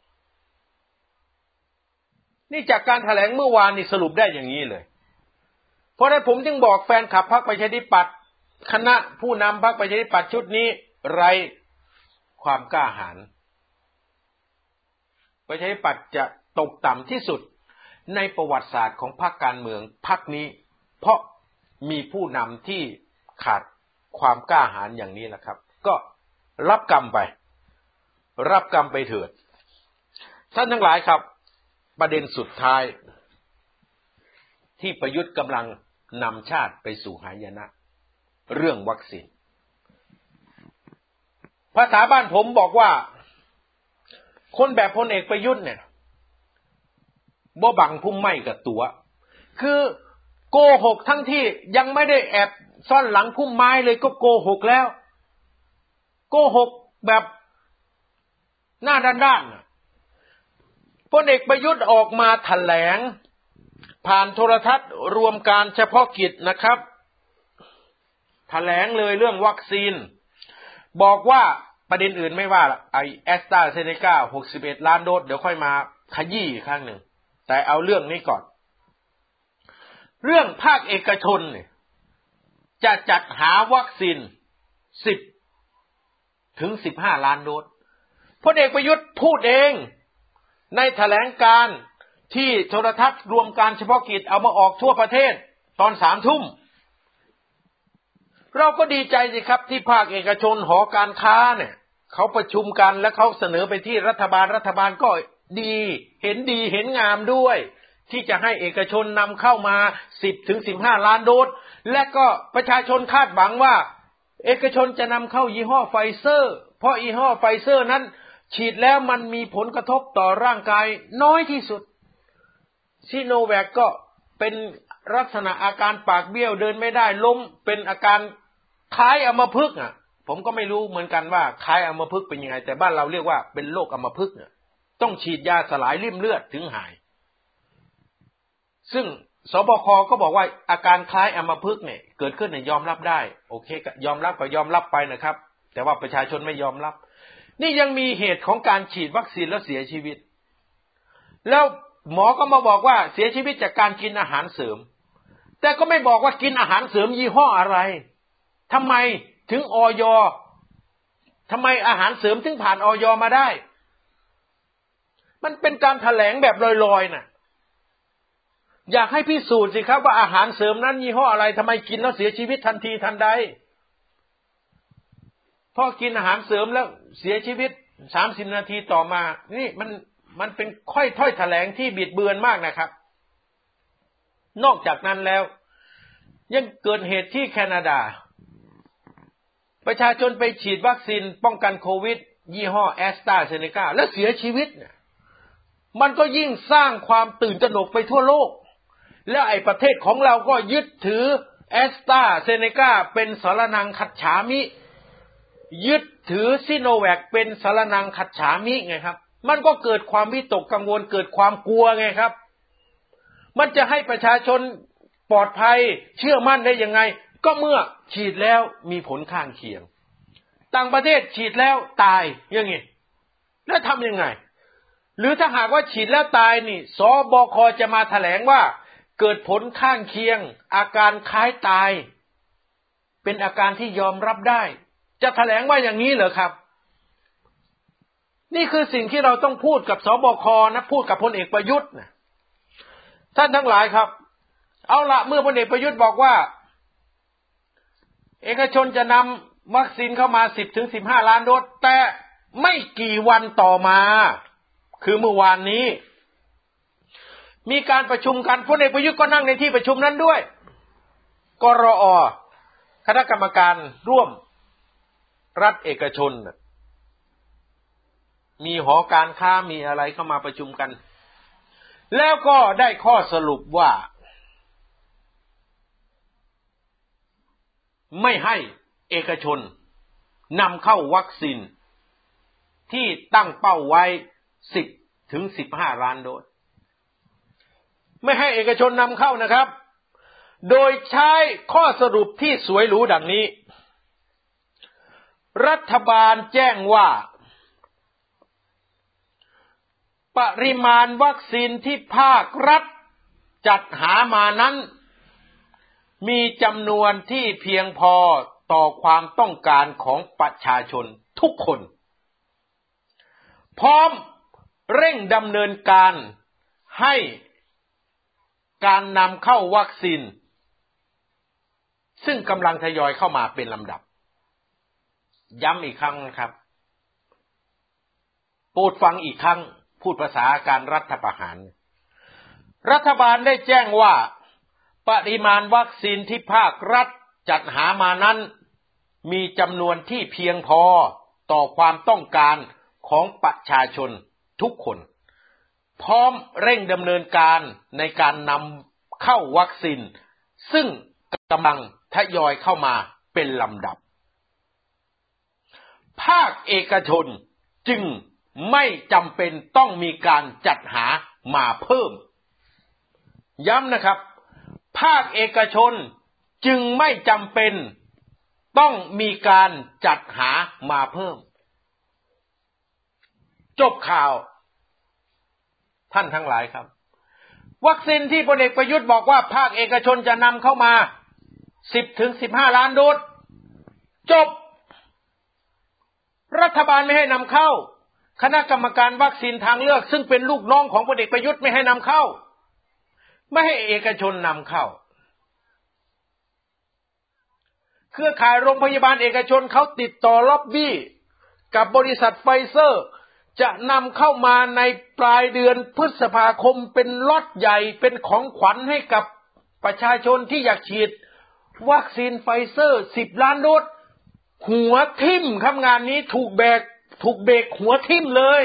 นี่จากการแถลงเมื่อวานนี่สรุปได้อย่างนี้เลยเพราะฉะนั้นผมจึงบอกแฟนคลับพรรคประชาธิปัตย์คณะผู้นำพรรคประชาธิปัตย์ชุดนี้ไร้ความกล้าหาญประชาธิปัตย์จะตกต่ำที่สุดในประวัติศาสตร์ของพรรคการเมืองพรรคนี้เพราะมีผู้นำที่ขาดความกล้าหาญอย่างนี้แหละครับก็รับกรรมไปรับกรรมไปเถิดท่านทั้งหลายครับประเด็นสุดท้ายที่ประยุทธ์กำลังนำชาติไปสู่หายนะเรื่องวัคซีนภาษาบ้านผมบอกว่าคนแบบพลเอกประยุทธ์เนี่ยบ่บังพุ่มไหม้กับตัวคือโกหกทั้งที่ยังไม่ได้แอบซ่อนหลังพุ่มไม้เลยก็โกหกแล้วโกหกแบบหน้าด้านๆพลเอกประยุทธ์ออกมาแถลงผ่านโทรทัศน์รวมการเฉพาะกิจนะครับแถลงเลยเรื่องวัคซีนบอกว่าประเด็นอื่นไม่ว่าไอแอสตราเซเนกาหกสิบเอ็ดล้านโดสเดี๋ยวค่อยมาขยี้อีกครั้งหนึ่งแต่เอาเรื่องนี้ก่อนเรื่องภาคเอกชนเนี่ยจะจัดหาวัคซีนสิบถึงสิบห้าล้านโดสพลเอกประยุทธ์พูดเองในแถลงการณ์ที่โทรทัศน์รวมการเฉพาะกิจเอามาออกทั่วประเทศตอนสามทุ่มเราก็ดีใจสิครับที่ภาคเอกชนหอการค้าเนี่ยเขาประชุมกันและเขาเสนอไปที่รัฐบาลรัฐบาลก็ดีเห็นดีเห็นงามด้วยที่จะให้เอกชนนำเข้ามาสิบถึงสิบห้าล้านโดสและก็ประชาชนคาดหวังว่าเอกชนจะนำเข้ายี่ห้อไฟเซอร์เพราะยี่ห้อไฟเซอร์นั้นฉีดแล้วมันมีผลกระทบต่อร่างกายน้อยที่สุดซิโนแวคก็เป็นลักษณะอาการปากเบี้ยวเดินไม่ได้ล้มเป็นอาการคล้ายอัมพฤกษ์อ่ะผมก็ไม่รู้เหมือนกันว่าคล้ายอัมพฤกษ์เป็นยังไงแต่บ้านเราเรียกว่าเป็นโรคอัมพฤกษ์ต้องฉีดยาสลายริ่มเลือดถึงหายซึ่งสบคก็บอกว่าอาการคล้ายอัมพฤกษ์เนี่ยเกิดขึ้นเนี่ยยอมรับได้โอเคยอมรับก็ยอมรับไปนะครับแต่ว่าประชาชนไม่ยอมรับนี่ยังมีเหตุของการฉีดวัคซีนแล้วเสียชีวิตแล้วหมอก็มาบอกว่าเสียชีวิตจากการกินอาหารเสริมแต่ก็ไม่บอกว่ากินอาหารเสริมยี่ห้ออะไรทำไมถึงอย.ทำไมอาหารเสริมถึงผ่านอย.มาได้มันเป็นการแถลงแบบลอยๆน่ะอยากให้พิสูจน์สิครับว่าอาหารเสริมนั้นยี่ห้ออะไรทำไมกินแล้วเสียชีวิตทันทีทันใดพอกินอาหารเสริมแล้วเสียชีวิตสามสิบนาทีต่อมานี่มันมันเป็นค่อยถ้อยแถลงที่บิดเบือนมากนะครับนอกจากนั้นแล้วยังเกิดเหตุที่แคนาดาประชาชนไปฉีดวัคซีนป้องกันโควิดยี่ห้อแอสตราเซเนกาแล้วเสียชีวิตเนี่ยมันก็ยิ่งสร้างความตื่นตระหนกไปทั่วโลกและไอ้ประเทศของเราก็ยึดถือแอสตราเซเนกาเป็นสรนังคัจฉามิยึดถือซิโนแวคเป็นสรนังคัจฉามิไงครับมันก็เกิดความวิตกกังวลเกิดความกลัวไงครับมันจะให้ประชาชนปลอดภัยเชื่อมั่นได้ยังไงก็เมื่อฉีดแล้วมีผลข้างเคียงต่างประเทศฉีดแล้วตายยังไงแล้วทำยังไงหรือถ้าหากว่าฉีดแล้วตายนี่สบคจะมาแถลงว่าเกิดผลข้างเคียงอาการคล้ายตายเป็นอาการที่ยอมรับได้จะแถลงว่าอย่างนี้เหรอครับนี่คือสิ่งที่เราต้องพูดกับสบคนะพูดกับพลเอกประยุทธ์นะท่านทั้งหลายครับเอาละเมื่อพลเอกประยุทธ์บอกว่าเอกชนจะนำวัคซีนเข้ามา สิบถึงสิบห้า ล้านโดสแต่ไม่กี่วันต่อมาคือเมื่อวานนี้มีการประชุมกันพลเอกประยุทธ์ก็นั่งในที่ประชุมนั้นด้วยกรอคณะกรรมการร่วมรัฐเอกชนมีหอการค้ามีอะไรเข้ามาประชุมกันแล้วก็ได้ข้อสรุปว่าไม่ให้เอกชนนำเข้าวัคซีนที่ตั้งเป้าไว้ สิบถึงสิบห้า ล้านโดสไม่ให้เอกชนนำเข้านะครับโดยใช้ข้อสรุปที่สวยหรูดังนี้รัฐบาลแจ้งว่าปริมาณวัคซีนที่ภาครัฐจัดหามานั้นมีจำนวนที่เพียงพอต่อความต้องการของประชาชนทุกคนพร้อมเร่งดำเนินการให้การนำเข้าวัคซีนซึ่งกำลังทยอยเข้ามาเป็นลำดับย้ำอีกครั้งนะครับโปรดฟังอีกครั้งพูดภาษาการรัฐประหารรัฐบาลได้แจ้งว่าปริมาณวัคซีนที่ภาครัฐจัดหามานั้นมีจำนวนที่เพียงพอต่อความต้องการของประชาชนทุกคนพร้อมเร่งดำเนินการในการนำเข้าวัคซีนซึ่งกำลังทยอยเข้ามาเป็นลำดับภาคเอกชนจึงไม่จำเป็นต้องมีการจัดหามาเพิ่มย้ำนะครับภาคเอกชนจึงไม่จำเป็นต้องมีการจัดหามาเพิ่มจบข่าวท่านทั้งหลายครับวัคซีนที่พลเอกประยุทธ์บอกว่าภาคเอกชนจะนำเข้ามา สิบถึงสิบห้า ล้านโดสจบรัฐบาลไม่ให้นำเข้าคณะกรรมการวัคซีนทางเลือกซึ่งเป็นลูกน้องของพลเอกประยุทธ์ไม่ให้นำเข้าไม่ให้เอกชนนำเข้าเครือข่ายโรงพยาบาลเอกชนเขาติดต่อล็อบบี้กับบริษัทไฟเซอร์จะนำเข้ามาในปลายเดือนพฤษภาคมเป็นล็อตใหญ่เป็นของขวัญให้กับประชาชนที่อยากฉีดวัคซีนไฟเซอร์สิบล้านโดสหัวทิ่มครับงานนี้ถูกแบกถูกเบรกหัวทิ่มเลย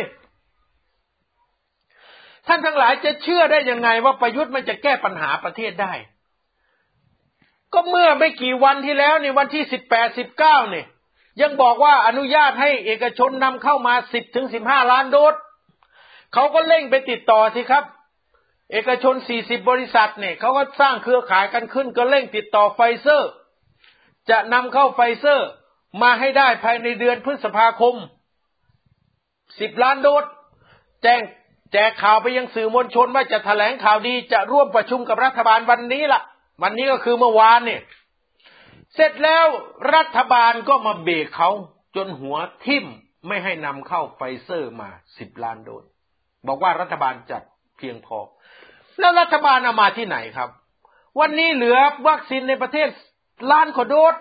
ท่านทั้งหลายจะเชื่อได้ยังไงว่าประยุทธ์มันจะแก้ปัญหาประเทศได้ก็เมื่อไม่กี่วันที่แล้วนี่วันที่สิบแปด สิบเก้าเนี่ยยังบอกว่าอนุญาตให้เอกชนนำเข้ามา สิบถึงสิบห้า ล้านโดสเขาก็เร่งไปติดต่อสิครับเอกชนสี่สิบบริษัทเนี่ยเขาก็สร้างเครือข่ายกันขึ้นก็เร่งติดต่อไฟเซอร์จะนำเข้าไฟเซอร์มาให้ได้ภายในเดือนพฤษภาคมสิบล้านโดสแจ้งแจกข่าวไปยังสื่อมวลชนว่าจะแถลงข่าวดีจะร่วมประชุมกับรัฐบาลวันนี้ล่ะวันนี้ก็คือเมื่อวานเนี่ยเสร็จแล้วรัฐบาลก็มาเบรกเขาจนหัวทิ่มไม่ให้นำเข้าไฟเซอร์มาสิบล้านโดสบอกว่ารัฐบาลจัดเพียงพอแล้วรัฐบาลเอามาที่ไหนครับวันนี้เหลือวัคซีนในประเทศล้านกว่าโดส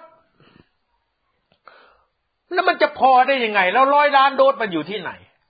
แล้วมันจะพอได้ยังไงแล้วร้อยล้านโดสมันอยู่ที่ไหน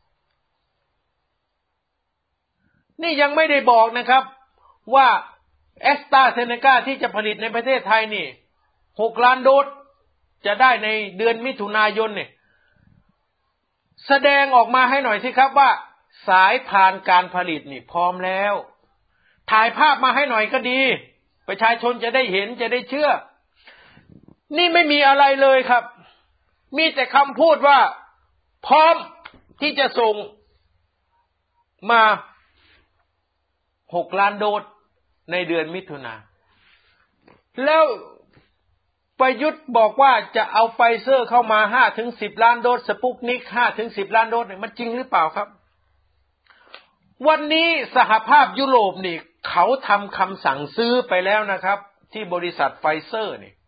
นี่ยังไม่ได้บอกนะครับว่าแอสตราเซเนกาที่จะผลิตในประเทศไทยนี่หกล้านโดสจะได้ในเดือนมิถุนายนเนี่ยแสดงออกมาให้หน่อยสิครับว่าสายพานการผลิตนี่พร้อมแล้วถ่ายภาพมาให้หน่อยก็ดีประชาชนจะได้เห็นจะได้เชื่อนี่ไม่มีอะไรเลยครับมีแต่คำพูดว่าพร้อมที่จะส่งมาหกล้านโดสในเดือนมิถุนาแล้วประยุทธ์บอกว่าจะเอาไฟเซอร์เข้ามา ห้าถึงสิบ ล้านโดสสปุกนิก ห้าถึงสิบ ล้านโดสเนี่ยมันจริงหรือเปล่าครับวันนี้สหภาพยุโรปนี่เขาทำคำสั่งซื้อไปแล้วนะครับที่บริษัทไฟเซอร์นี่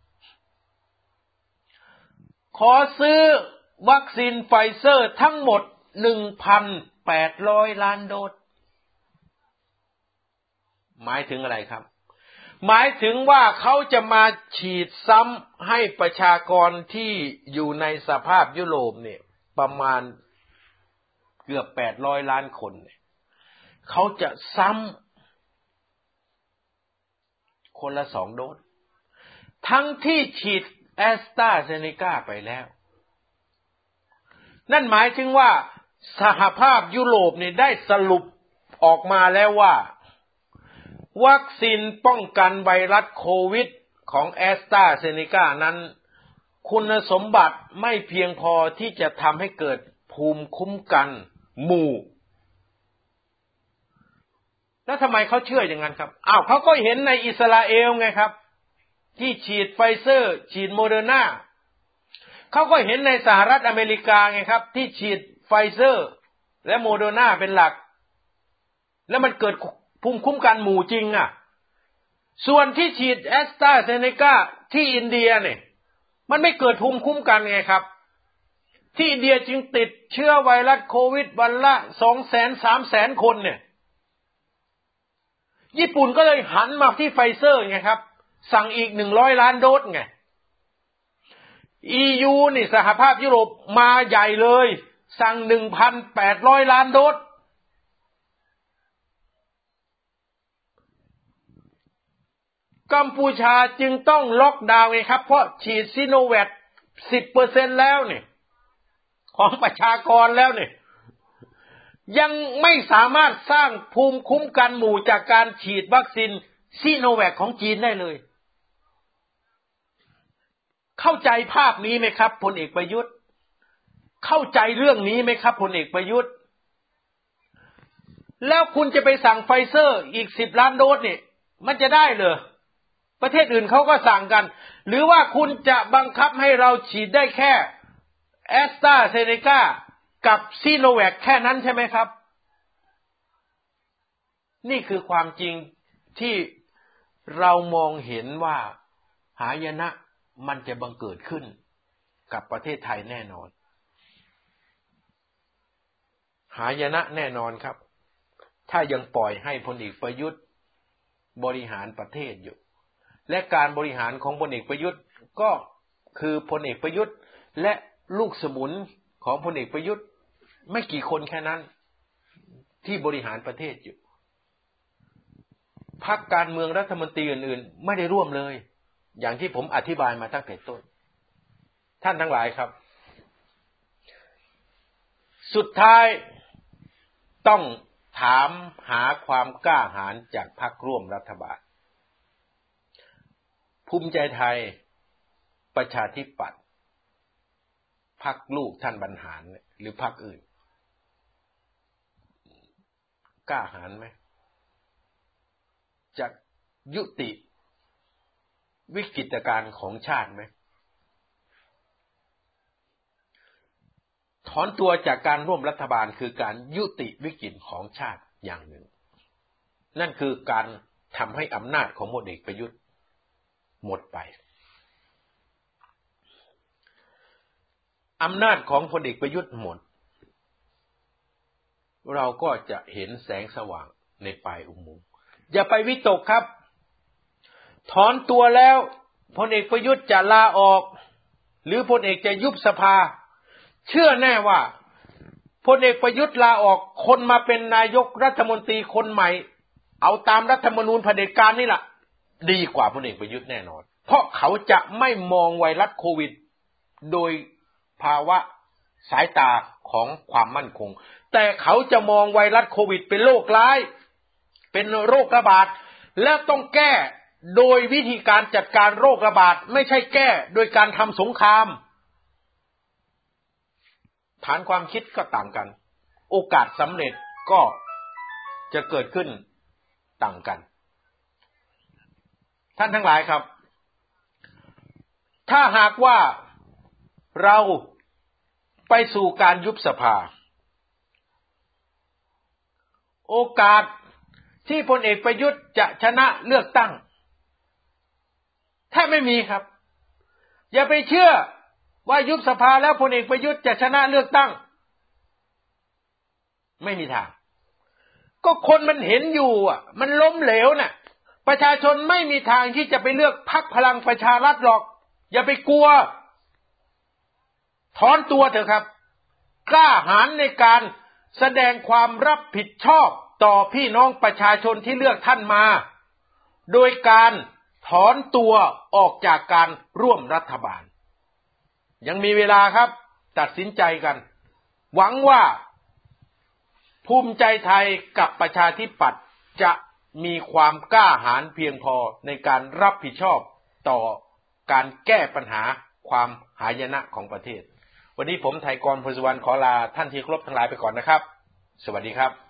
ขอซื้อวัคซีนไฟเซอร์ทั้งหมด หนึ่งพันแปดร้อย ล้านโดสหมายถึงอะไรครับหมายถึงว่าเขาจะมาฉีดซ้ำให้ประชากรที่อยู่ในสภาพยุโรปเนี่ยประมาณเกือบแปดร้อยล้านคนเนี่ยเขาจะซ้ำคนละสองโดสทั้งที่ฉีดแอสตราเซเนกาไปแล้วนั่นหมายถึงว่าสหภาพยุโรปเนี่ยได้สรุปออกมาแล้วว่าวัคซีนป้องกันไวรัสโควิดของแอสตราเซเนกานั้นคุณสมบัติไม่เพียงพอที่จะทำให้เกิดภูมิคุ้มกันหมู่แล้วทำไมเขาเชื่ออย่างนั้นครับอ้าวเขาก็เห็นในอิสราเอลไงครับที่ฉีดไฟเซอร์ฉีดโมเดอร์นาเขาก็เห็นในสหรัฐอเมริกาไงครับที่ฉีดไฟเซอร์และโมเดอร์นาเป็นหลักแล้วมันเกิดภูมิคุ้มกันหมู่จริงอ่ะส่วนที่ฉีดแอสตราเซเนกาที่อินเดียเนี่ยมันไม่เกิดภูมิคุ้มกันไงครับที่อินเดียจึงติดเชื้อไวรัสโควิดวันละ สองแสน สามแสน คนเนี่ยญี่ปุ่นก็เลยหันมาที่ไฟเซอร์ไงครับสั่งอีกหนึ่งร้อยล้านโดสไง อี ยู นี่สหภาพยุโรปมาใหญ่เลยสั่ง หนึ่งพันแปดร้อย ล้านโดสกัมพูชาจึงต้องล็อกดาวน์ไงครับเพราะฉีดซิโนแวค สิบเปอร์เซ็นต์ แล้วเนี่ยของประชากรแล้วเนี่ยยังไม่สามารถสร้างภูมิคุ้มกันหมู่จากการฉีดวัคซีนซิโนแวคของจีนได้เลยเข้าใจภาพนี้ไหมครับพลเอกประยุทธ์เข้าใจเรื่องนี้ไหมครับพลเอกประยุทธ์แล้วคุณจะไปสั่งไฟเซอร์อีกสิบล้านโดสเนี่ยมันจะได้เหรอประเทศอื่นเขาก็สั่งกันหรือว่าคุณจะบังคับให้เราฉีดได้แค่แอสตราเซเนกากับซิโนแวคแค่นั้นใช่ไหมครับนี่คือความจริงที่เรามองเห็นว่าหายนะมันจะบังเกิดขึ้นกับประเทศไทยแน่นอนหายนะแน่นอนครับถ้ายังปล่อยให้พลเอกประยุทธ์บริหารประเทศอยู่และการบริหารของพลเอกประยุทธ์ก็คือพลเอกประยุทธ์และลูกสมุนของพลเอกประยุทธ์ไม่กี่คนแค่นั้นที่บริหารประเทศอยู่พรรคการเมืองรัฐมนตรีอื่นๆไม่ได้ร่วมเลยอย่างที่ผมอธิบายมาตั้งแต่ต้นท่านทั้งหลายครับสุดท้ายต้องถามหาความกล้าหาญจากพรรคร่วมรัฐบาลภูมิใจไทยประชาธิปัตย์พรรคลูกท่านบรรหารหรือพรรคอื่นกล้าหาญไหมจะยุติวิกฤตการณ์ของชาติไหมถอนตัวจากการร่วมรัฐบาลคือการยุติวิกฤตของชาติอย่างหนึ่งนั่นคือการทำให้อำนาจของพลเอกประยุทธ์หมดไปอำนาจของพลเอกประยุทธ์หมดเราก็จะเห็นแสงสว่างในปลายอุโมงค์อย่าไปวิตกครับถอนตัวแล้วพลเอกประยุทธ์จะลาออกหรือพลเอกจะยุบสภาเชื่อแน่ว่าพลเอกประยุทธ์ลาออกคนมาเป็นนายกรัฐมนตรีคนใหม่เอาตามรัฐธรรมนูญเผด็จการนี่แหละดีกว่าพลเอกประยุทธ์แน่นอนเพราะเขาจะไม่มองไวรัสโควิดโดยภาวะสายตาของความมั่นคงแต่เขาจะมองไวรัสโควิดเป็นโรคร้ายเป็นโรคระบาดและต้องแก้โดยวิธีการจัดการโรคระบาดไม่ใช่แก้โดยการทำสงครามฐานความคิดก็ต่างกันโอกาสสำเร็จก็จะเกิดขึ้นต่างกันท่านทั้งหลายครับถ้าหากว่าเราไปสู่การยุบสภาโอกาสที่พลเอกประยุทธ์จะชนะเลือกตั้งแทบไม่มีครับอย่าไปเชื่อว่ายุบสภาแล้วพลเอกประยุทธ์จะชนะเลือกตั้งไม่มีทางก็คนมันเห็นอยู่อ่ะมันล้มเหลวน่ะประชาชนไม่มีทางที่จะไปเลือกพรรคพลังประชารัฐหรอกอย่าไปกลัวถอนตัวเถอะครับกล้าหาญในการแสดงความรับผิดชอบต่อพี่น้องประชาชนที่เลือกท่านมาโดยการถอนตัวออกจากการร่วมรัฐบาลยังมีเวลาครับตัดสินใจกันหวังว่าภูมิใจไทยกับประชาธิปัตย์จะมีความกล้าหาญเพียงพอในการรับผิดชอบต่อการแก้ปัญหาความหายนะของประเทศวันนี้ผมไทยกร พลสุวรรณขอลาท่านที่เคารพทั้งหลายไปก่อนนะครับสวัสดีครับ